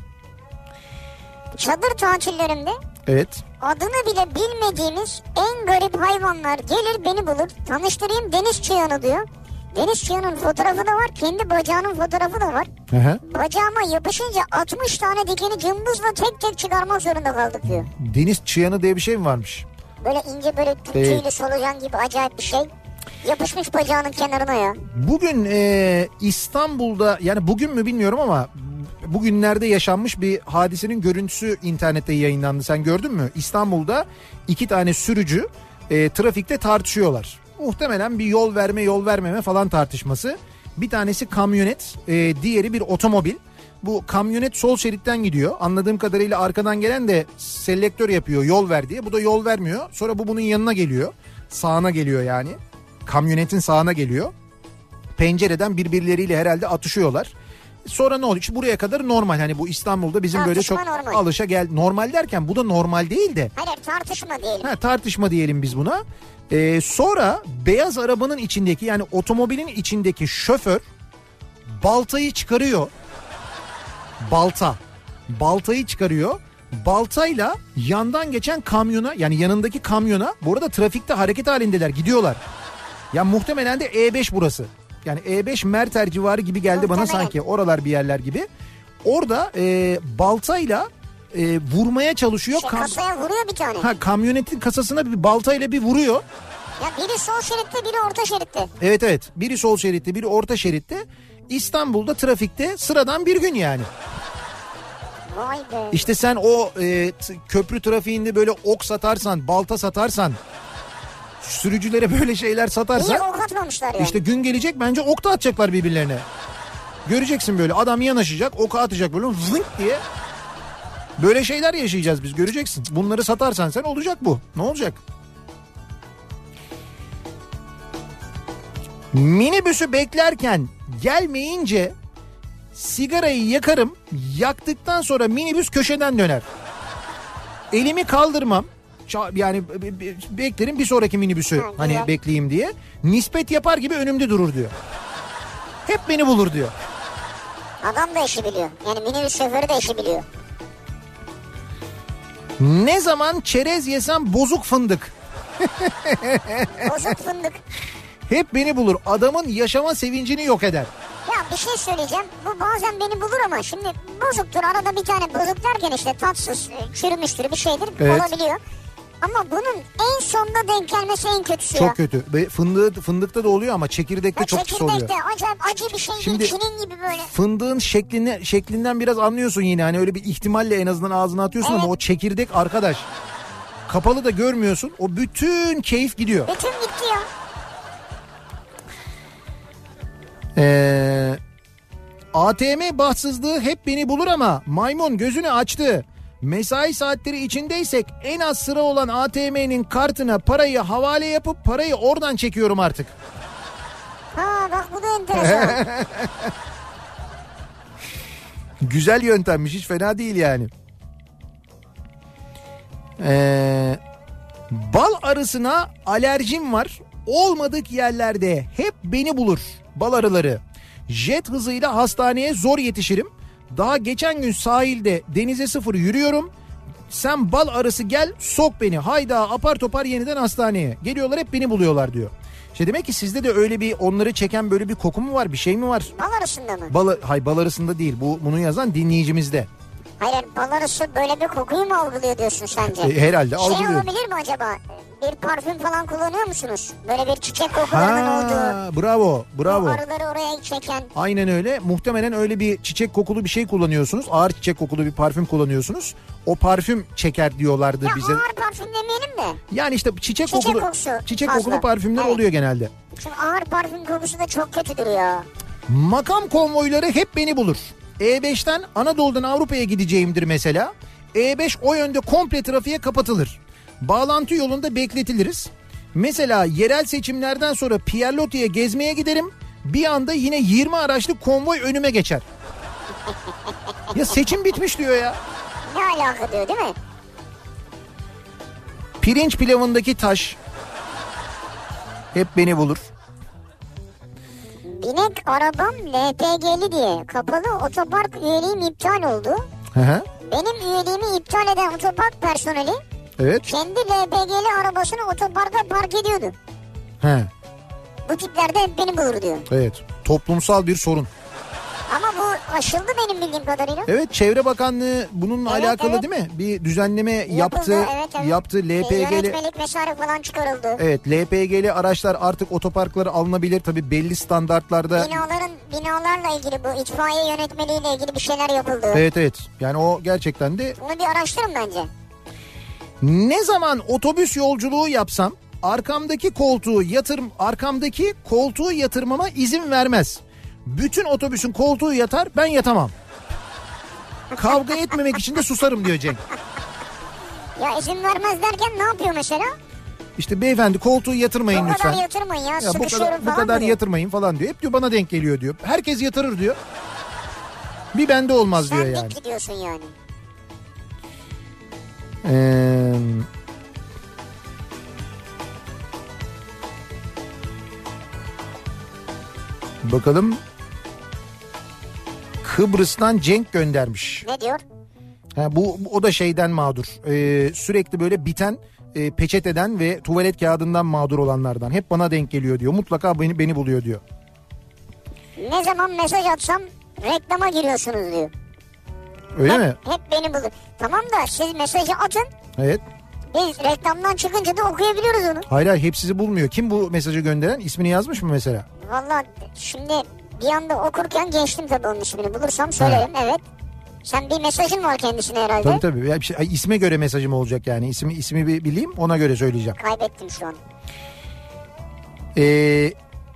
Çadır tatillerimde Evet. adını bile bilmediğimiz en garip hayvanlar gelir beni bulur. Tanıştırayım deniz çıyanı diyor. Deniz çıyanın fotoğrafı da var. Kendi bacağının fotoğrafı da var. Hı hı. Bacağıma yapışınca altmış tane dikeni cımbızla tek tek çıkarmak zorunda kaldık diyor. Deniz çıyanı diye bir şey mi varmış? Böyle ince böyle tüylü solucan gibi acayip bir şey. Yapışmış bacağının kenarına ya. Bugün e, İstanbul'da, yani bugün mü bilmiyorum ama bugünlerde yaşanmış bir hadisenin görüntüsü internette yayınlandı. Sen gördün mü? İstanbul'da iki tane sürücü e, trafikte tartışıyorlar. Muhtemelen bir yol verme yol vermeme falan tartışması. Bir tanesi kamyonet, e, diğeri bir otomobil. Bu kamyonet sol şeritten gidiyor. Anladığım kadarıyla arkadan gelen de selektör yapıyor yol ver diye. Bu da yol vermiyor. Sonra bu bunun yanına geliyor. Sağına geliyor yani. Kamyonetin sağına geliyor. Pencereden birbirleriyle herhalde atışıyorlar. Sonra ne oluyor? İşte buraya kadar normal. Hani bu İstanbul'da bizim Tartışma böyle çok normal. alışa gel. Normal derken bu da normal değil de. Hayır tartışma diyelim. Ha, tartışma diyelim biz buna. Ee, sonra beyaz arabanın içindeki, yani otomobilin içindeki şoför baltayı çıkarıyor. Balta. Baltayı çıkarıyor. Baltayla yandan geçen kamyona, yani yanındaki kamyona, bu arada trafikte hareket halindeler, gidiyorlar. Ya muhtemelen de E beş burası. Yani E beş Merter civarı gibi geldi bana sanki. Oralar bir yerler gibi. Orada e, baltayla e, vurmaya çalışıyor. Şey, Kam- kasaya vuruyor bir tane. ha, kamyonetin kasasına bir baltayla bir vuruyor. Ya biri sol şeritte biri orta şeritte. Evet evet. Biri sol şeritte, biri orta şeritte. İstanbul'da trafikte sıradan bir gün yani. Vay be. İşte sen o e, t- köprü trafiğinde böyle ok satarsan, balta satarsan, sürücülere böyle şeyler satarsan, İyi ok atmamışlar yani. işte gün gelecek bence ok da atacaklar birbirlerine. Göreceksin böyle adam yanaşacak, oku atacak böyle zınk diye. Böyle şeyler yaşayacağız biz, göreceksin. Bunları satarsan sen olacak bu. Ne olacak? Minibüsü beklerken gelmeyince sigarayı yakarım. Yaktıktan sonra minibüs köşeden döner. Elimi kaldırmam. Yani beklerim bir sonraki minibüsü ha, hani güzel. bekleyeyim diye. Nispet yapar gibi önümde durur diyor. Hep beni bulur diyor. Adam da işi biliyor. Yani minibüs şoförü de işi biliyor. Ne zaman çerez yesem bozuk fındık. Bozuk fındık. Hep beni bulur. Adamın yaşama sevincini yok eder. Ya bir şey söyleyeceğim. Bu bazen beni bulur ama şimdi bozuktur. Arada bir tane bozuk derken işte tatsız, çürümüştür bir şeydir. Evet. Olabiliyor. Ama bunun en sonda denk gelmesi en kötüsü Çok ya. kötü. Ve fındığı, fındıkta da oluyor ama çekirdekte Ya çok pis oluyor. çekirdekte acayip acı bir şey Şimdi değil. Kinin gibi böyle. Fındığın şekline, şeklinden biraz anlıyorsun yine. Hani öyle bir ihtimalle en azından ağzına atıyorsun Evet. ama o çekirdek arkadaş. Kapalı da görmüyorsun. O bütün keyif gidiyor. Bütün gitti ya. Ee, A T M bahtsızlığı hep beni bulur ama maymun gözünü açtı. Mesai saatleri içindeysek en az sıra olan A T M'nin kartına parayı havale yapıp parayı oradan çekiyorum artık. Ha bak bu da enteresan. Güzel yöntemmiş, hiç fena değil yani. Ee, bal arısına alerjim var. Olmadık yerlerde hep beni bulur bal arıları. Jet hızıyla hastaneye zor yetişirim. Daha geçen gün sahilde denize sıfır yürüyorum. Sen bal arısı gel sok beni. Hayda apar topar yeniden hastaneye. Geliyorlar hep beni buluyorlar diyor. İşte demek ki sizde de öyle bir onları çeken böyle bir koku mu var, bir şey mi var? Bal arısında mı? Bal, hay bal arısında değil, bu bunu yazan dinleyicimizde. Hayır bal arısı böyle bir kokuyu mu algılıyor diyorsun sence? E, herhalde şey algılıyor. olabilir mi acaba? Bir parfüm falan kullanıyor musunuz? Böyle bir çiçek kokularının olduğu. Ha, bravo bravo. Bu arıları oraya çeken. Aynen öyle. Muhtemelen öyle bir çiçek kokulu bir şey kullanıyorsunuz. Ağır çiçek kokulu bir parfüm kullanıyorsunuz. O parfüm çeker diyorlardı Ya bize. ağır parfüm demeyelim de. Yani işte çiçek, Çiçek kokulu kokusu çiçek fazla. kokulu parfümler Evet. oluyor genelde. Çünkü ağır parfüm kokusu da çok kötüdür ya. Makam konvoyları hep beni bulur. E beşten Anadolu'dan Avrupa'ya gideceğimdir mesela. E beş o yönde komple trafiğe kapatılır. Bağlantı yolunda bekletiliriz. Mesela yerel seçimlerden sonra Pierlotti'ye gezmeye giderim. Bir anda yine yirmi araçlı konvoy önüme geçer. Ya seçim bitmiş diyor ya. Ne alaka diyor değil mi? Pirinç pilavındaki taş hep beni bulur. Binek arabam L P G'li diye kapalı otopark üyeliğim iptal oldu. Hı hı. Benim üyeliğimi iptal eden otopark personeli Evet. kendi L P G'li arabasını otoparka park ediyordu. He. Bu tipler de hep beni bulur diyor. Evet. Toplumsal bir sorun. Ama bu aşıldı benim bildiğim kadarıyla. Evet, Çevre Bakanlığı bununla Evet, alakalı evet. değil mi? Bir düzenleme Yapıldı, yaptı. evet, evet. Yaptı L P G'li. Yönetmelik vesaire falan çıkarıldı. Evet, L P G'li araçlar artık otoparklara alınabilir. Tabii belli standartlarda. Binaların binalarla ilgili bu itfaiye yönetmeliğiyle ilgili bir şeyler yapıldı. Evet evet. Yani o gerçekten de. Bunu bir araştırın bence. Ne zaman otobüs yolculuğu yapsam arkamdaki koltuğu yatır arkamdaki koltuğu yatırmama izin vermez. Bütün otobüsün koltuğu yatar, ben yatamam. Kavga etmemek için de susarım diyor Cenk. Ya izin vermez derken ne yapıyor mesela? İşte beyefendi koltuğu yatırmayın Bu lütfen. kadar yatırmayın ya, Ya bu sıkışıyorum kadar, bu falan kadar diyor. yatırmayın falan diyor. Hep diyor bana denk geliyor diyor. Herkes yatırır diyor. Bir bende olmaz Sen diyor dik yani. gidiyorsun yani. Ee, bakalım. Kıbrıs'tan Cenk göndermiş. Ne diyor? Ha, bu o da şeyden mağdur. Ee, sürekli böyle biten e, peçeteden ve tuvalet kağıdından mağdur olanlardan. Hep bana denk geliyor diyor. Mutlaka beni beni buluyor diyor. Ne zaman mesaj atsam reklama giriyorsunuz diyor. Öyle hep, mi? Hep beni bulur. Tamam da siz mesajı atın. Evet. Biz reklamdan çıkınca da okuyabiliyoruz onu. Hayır hayır, hep sizi bulmuyor. Kim bu mesajı gönderen? İsmini yazmış mı mesela? Vallahi şimdi bir anda okurken geçtim tabii onun ismini. Bulursam söylerim, evet. Sen bir mesajın var kendisine herhalde. Tabii tabii. Ya bir şey, ay, isme göre mesajım olacak yani. İsmi, ismi bir bileyim, ona göre söyleyeceğim. Kaybettim şu an. Ee,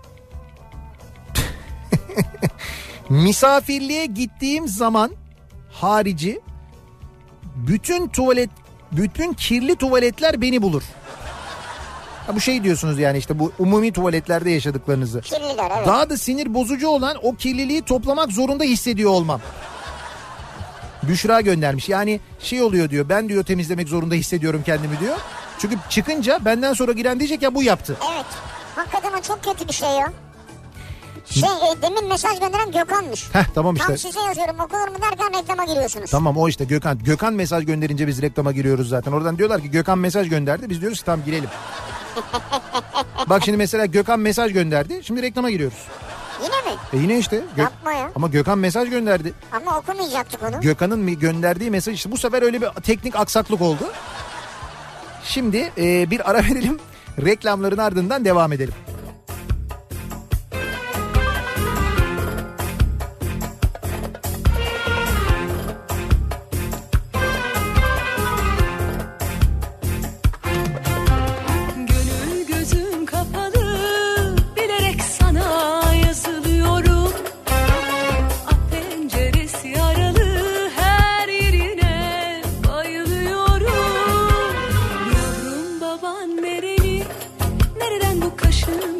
misafirliğe gittiğim zaman harici bütün tuvalet, bütün kirli tuvaletler beni bulur. Ha, bu şey diyorsunuz yani, işte bu umumi tuvaletlerde yaşadıklarınızı. Kirliler, evet. Daha da sinir bozucu olan o kirliliği toplamak zorunda hissediyor olmam. Büşra göndermiş. Yani şey oluyor diyor, ben diyor temizlemek zorunda hissediyorum kendimi diyor. Çünkü çıkınca benden sonra giren diyecek ya bu yaptı. Evet. Hakikaten o çok kötü bir şey ya. Şey e, demin mesaj gönderen Gökhan'mış. Heh tamam işte. Tam size yazıyorum okulur mu derken reklama giriyorsunuz. Tamam o işte Gökhan. Gökhan mesaj gönderince biz reklama giriyoruz zaten. Oradan diyorlar ki Gökhan mesaj gönderdi. Biz diyoruz ki tamam girelim. Bak şimdi mesela Gökhan mesaj gönderdi. Şimdi reklama giriyoruz. Yine mi? E yine işte. Gö- Yapma ya. Ama Gökhan mesaj gönderdi. Ama okumayacaktık onu. Gökhan'ın mi gönderdiği mesaj işte bu sefer öyle bir teknik aksaklık oldu. Şimdi e, bir ara verelim. Reklamların ardından devam edelim. Gönül gözüm kapalı, bilerek sana yazılıyorum. Ah penceresi aralı, her yerine bayılıyorum. Yavrum baban nereli, nereden bu kaşın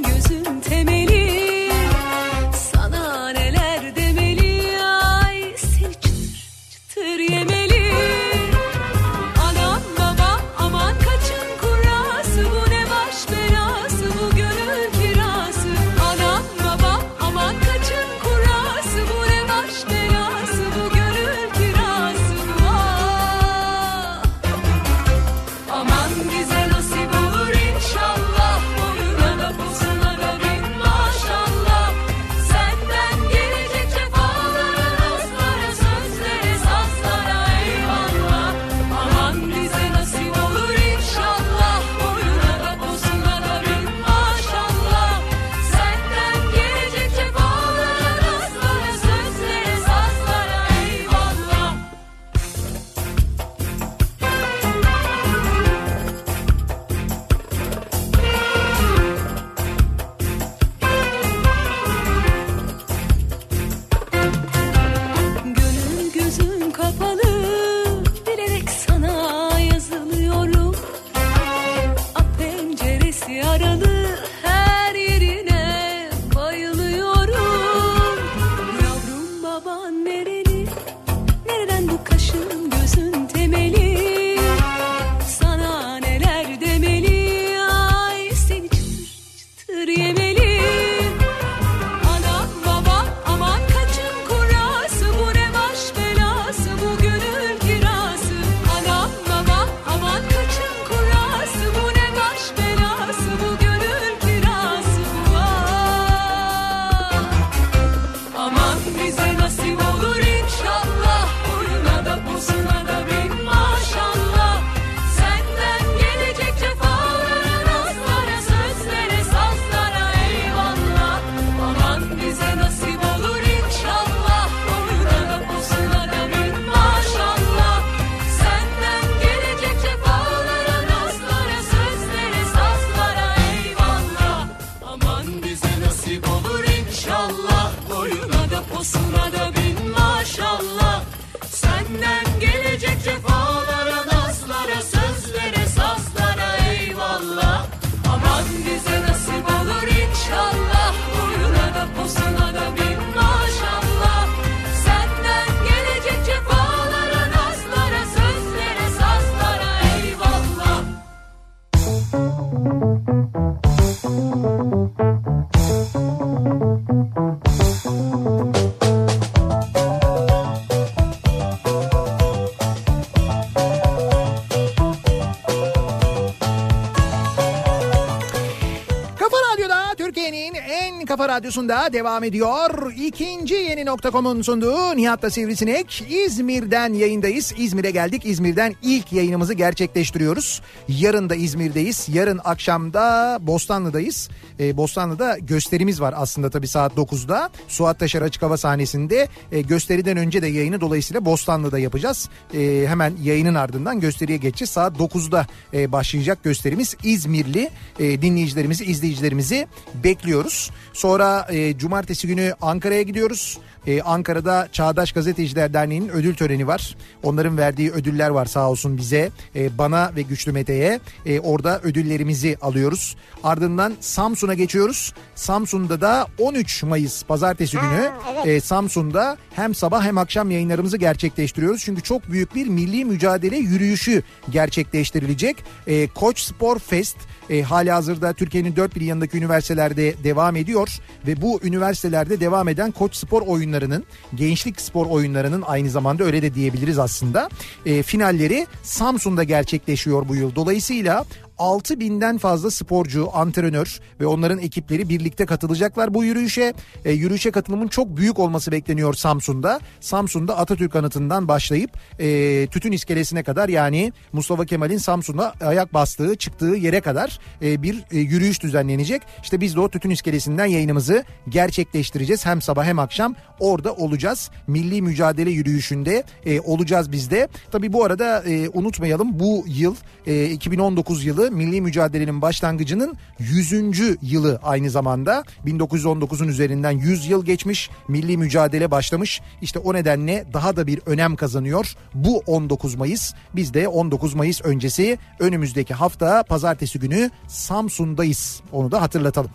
Kafa Radyosu'nda devam ediyor. İkinci yeni nokta com'un sunduğu Nihat'la Sivrisinek. İzmir'den yayındayız. İzmir'e geldik. İzmir'den ilk yayınımızı gerçekleştiriyoruz. Yarın da İzmir'deyiz. Yarın akşamda Bostanlı'dayız. Ee, Bostanlı'da gösterimiz var aslında tabii saat dokuzda. Suat Taşar Açık Hava sahnesinde e, gösteriden önce de yayını dolayısıyla Bostanlı'da yapacağız. E, hemen yayının ardından gösteriye geçeceğiz. Saat dokuzda e, başlayacak gösterimiz. İzmirli e, dinleyicilerimizi, izleyicilerimizi bekliyoruz. Sonra e, cumartesi günü Ankara'ya gidiyoruz. Ee, Ankara'da Çağdaş Gazeteciler Derneği'nin ödül töreni var. Onların verdiği ödüller var sağ olsun bize. Ee, bana ve Güçlü Mete'ye. Ee, orada ödüllerimizi alıyoruz. Ardından Samsun'a geçiyoruz. Samsun'da da on üç Mayıs pazartesi günü Ha, evet. e, Samsun'da hem sabah hem akşam yayınlarımızı gerçekleştiriyoruz. Çünkü çok büyük bir milli mücadele yürüyüşü gerçekleştirilecek. E, Koç Spor Fest e, halihazırda Türkiye'nin dört bir yanındaki üniversitelerde devam ediyor. Ve bu üniversitelerde devam eden Koç Spor oyunlarının, gençlik spor oyunlarının aynı zamanda öyle de diyebiliriz aslında. E, finalleri Samsun'da gerçekleşiyor bu yıl. Dolayısıyla altı binden fazla sporcu, antrenör ve onların ekipleri birlikte katılacaklar bu yürüyüşe. E, yürüyüşe katılımın çok büyük olması bekleniyor Samsun'da. Samsun'da Atatürk Anıtı'ndan başlayıp e, Tütün İskelesi'ne kadar, yani Mustafa Kemal'in Samsun'a ayak bastığı, çıktığı yere kadar e, bir e, yürüyüş düzenlenecek. İşte biz de o Tütün İskelesi'nden yayınımızı gerçekleştireceğiz. Hem sabah hem akşam orada olacağız. Milli mücadele yürüyüşünde e, olacağız biz de. Tabii bu arada e, unutmayalım, bu yıl e, iki bin on dokuz yılı milli mücadelenin başlangıcının yüzüncü yılı aynı zamanda. bin dokuz yüz on dokuzun üzerinden yüz yıl geçmiş, milli mücadele başlamış. İşte o nedenle daha da bir önem kazanıyor bu on dokuz Mayıs. Biz de on dokuz Mayıs öncesi önümüzdeki hafta pazartesi günü Samsun'dayız. Onu da hatırlatalım.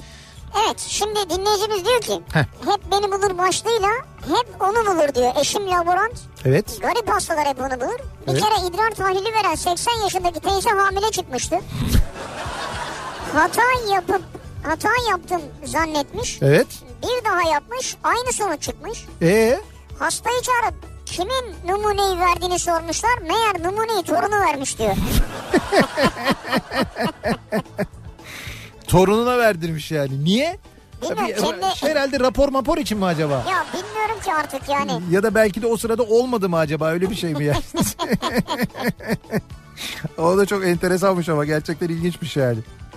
Evet, şimdi dinleyicimiz diyor ki Heh. hep beni bulur başlığıyla hep onu bulur diyor. Eşim laborant. Evet. Garip hastalar hep onu bulur. Bir Evet. kere idrar tahlili veren seksen yaşındaki teyze hamile çıkmıştı. Hata yapıp hata yaptım zannetmiş. Evet. Bir daha yapmış, aynı sonuç çıkmış. Ee, Hastayı çağırıp kimin numuneyi verdiğini sormuşlar. Meğer numuneyi torunu vermiş diyor. torununa verdirmiş yani. Niye? Bilmiyorum, Tabii, kendi- herhalde rapor mapor için mi acaba? Ya bilmiyorum ki artık yani. Ya da belki de o sırada olmadı mı acaba, öyle bir şey mi ya? O da çok enteresanmış ama gerçekten ilginçmiş yani.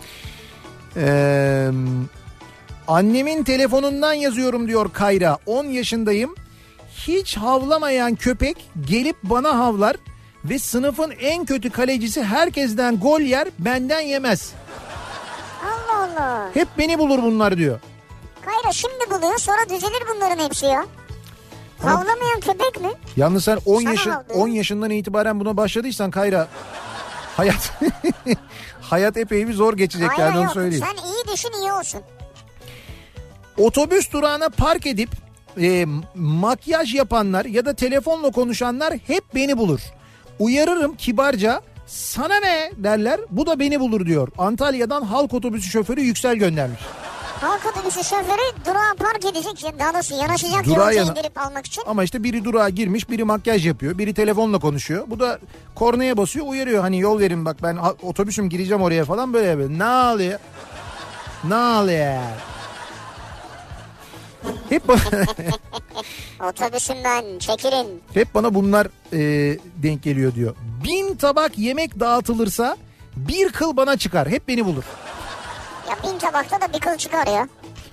Ee, annemin telefonundan yazıyorum diyor Kayra. on yaşındayım. Hiç havlamayan köpek gelip bana havlar ve sınıfın en kötü kalecisi herkesten gol yer, benden yemez. Allah Allah. Hep beni bulur bunlar diyor. Kayra şimdi buluyor, sonra düzelir bunların hepsi ya. Ama- Havlamayan köpek mi? Yalnız sen on Sana yaşın havlıyor. on yaşından itibaren buna başladıysan Kayra, hayat hayat epey bir zor geçecek Hayır yani, onu yok, söyleyeyim. sen iyi düşün, iyi olsun. Otobüs durağına park edip e, makyaj yapanlar ya da telefonla konuşanlar hep beni bulur. Uyarırım kibarca, sana ne derler, bu da beni bulur diyor. Antalya'dan halk otobüsü şoförü Yüksel göndermiş. Halk otobüsü şoförü durağa park edecek, daha doğrusu yanaşacak Durağa yolcu yana- indirip almak için. Ama işte biri durağa girmiş, biri makyaj yapıyor, biri telefonla konuşuyor. Bu da kornaya basıyor, uyarıyor, hani yol verin bak ben ha- otobüsüm gireceğim oraya falan, böyle yapıyor. Ne oluyor? Ne oluyor? Hep bana, Otobüsünden çekilin. hep bana bunlar e, denk geliyor diyor. Bin tabak yemek dağıtılırsa bir kıl bana çıkar. Hep beni bulur. Ya bin tabakta da bir kıl çıkar ya.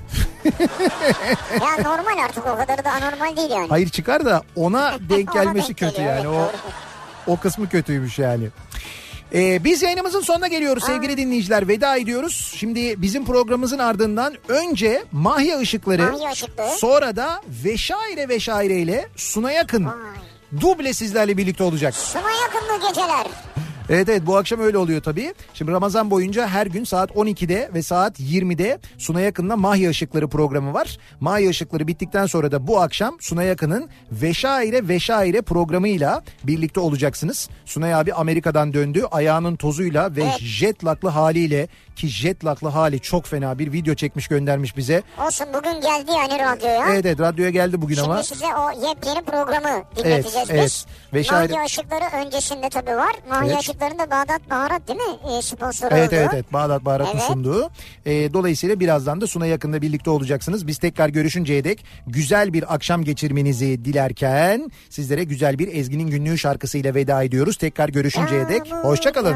Ya normal artık, o kadar da anormal değil yani. Hayır çıkar da ona denk Ona gelmesi denk kötü geliyor, yani. evet, O doğru. o kısmı kötüymüş yani. Ee, biz yayınımızın sonuna geliyoruz sevgili dinleyiciler. Veda ediyoruz. Şimdi bizim programımızın ardından önce Mahya Işıkları, Mahya Işıkları. sonra da Veşaire Veşaire ile Suna Yakın Vay. duble sizlerle birlikte olacak. Suna yakınlı geceler. Evet evet, bu akşam öyle oluyor tabii. Şimdi Ramazan boyunca her gün saat on ikide ve saat yirmide Suna Yakın'la Mahya Işıkları programı var. Mahya Işıkları bittikten sonra da bu akşam Suna Yakın'ın Veşaire Veşaire programıyla birlikte olacaksınız. Sunay abi Amerika'dan döndü. Ayağının tozuyla ve Evet. jet laglı haliyle, ki jet laglı hali çok fena, bir video çekmiş göndermiş bize. Olsun, bugün geldi yani radyoya. Evet evet, radyoya geldi bugün Şimdi ama. size o yepyeni programı dinleteceğiz Evet, biz. evet. Veşaire- Mahya Işıkları öncesinde tabii var. Mahya Evet. Işıkları ışıklarında Bağdat Baharat değil mi? E, sponsor Evet oldu. evet evet Bağdat Baharat'ın Evet. sunduğu. E, dolayısıyla birazdan da Suna Yakın'da birlikte olacaksınız. Biz tekrar görüşünceye dek güzel bir akşam geçirmenizi dilerken sizlere güzel bir Ezgi'nin Günlüğü şarkısıyla veda ediyoruz. Tekrar görüşünceye dek hoşçakalın.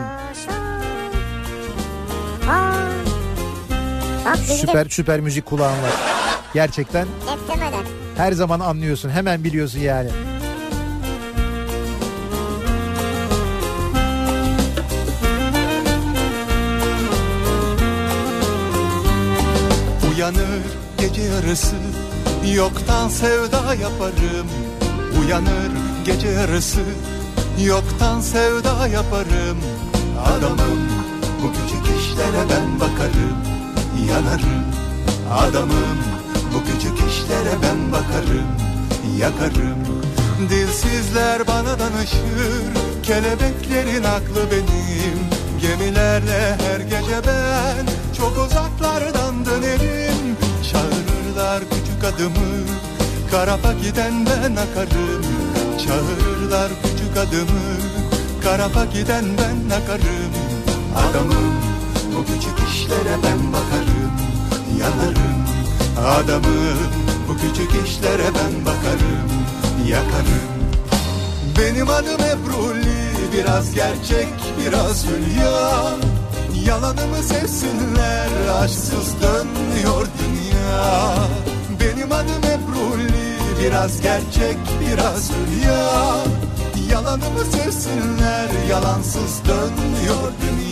Süper süper müzik kulağın var. Gerçekten Hep demeden. her zaman anlıyorsun, hemen biliyorsun yani. Uyanır gece yarısı, yoktan sevda yaparım. Uyanır gece yarısı, yoktan sevda yaparım. Adamım, bu küçük işlere ben bakarım, yanarım. Adamım, bu küçük işlere ben bakarım, yakarım. Dilsizler bana danışır, kelebeklerin aklı benim. Gemilerle her gece ben çok uzaklardan dönerim. Çağırırlar küçük adımı, Karapa giden ben akarım. Çağırırlar küçük adımı, Karapa giden ben akarım. Adamım, bu küçük işlere ben bakarım, yanarım. Adamım, bu küçük işlere ben bakarım, yakarım. Benim adım Ebruli, biraz gerçek biraz hülya. Yalanımı sevsinler, aşksız dönmüyor dünya. Benim adım Ebruli, biraz gerçek biraz hülya. Yalanımı sevsinler, yalansız dönmüyor dünya.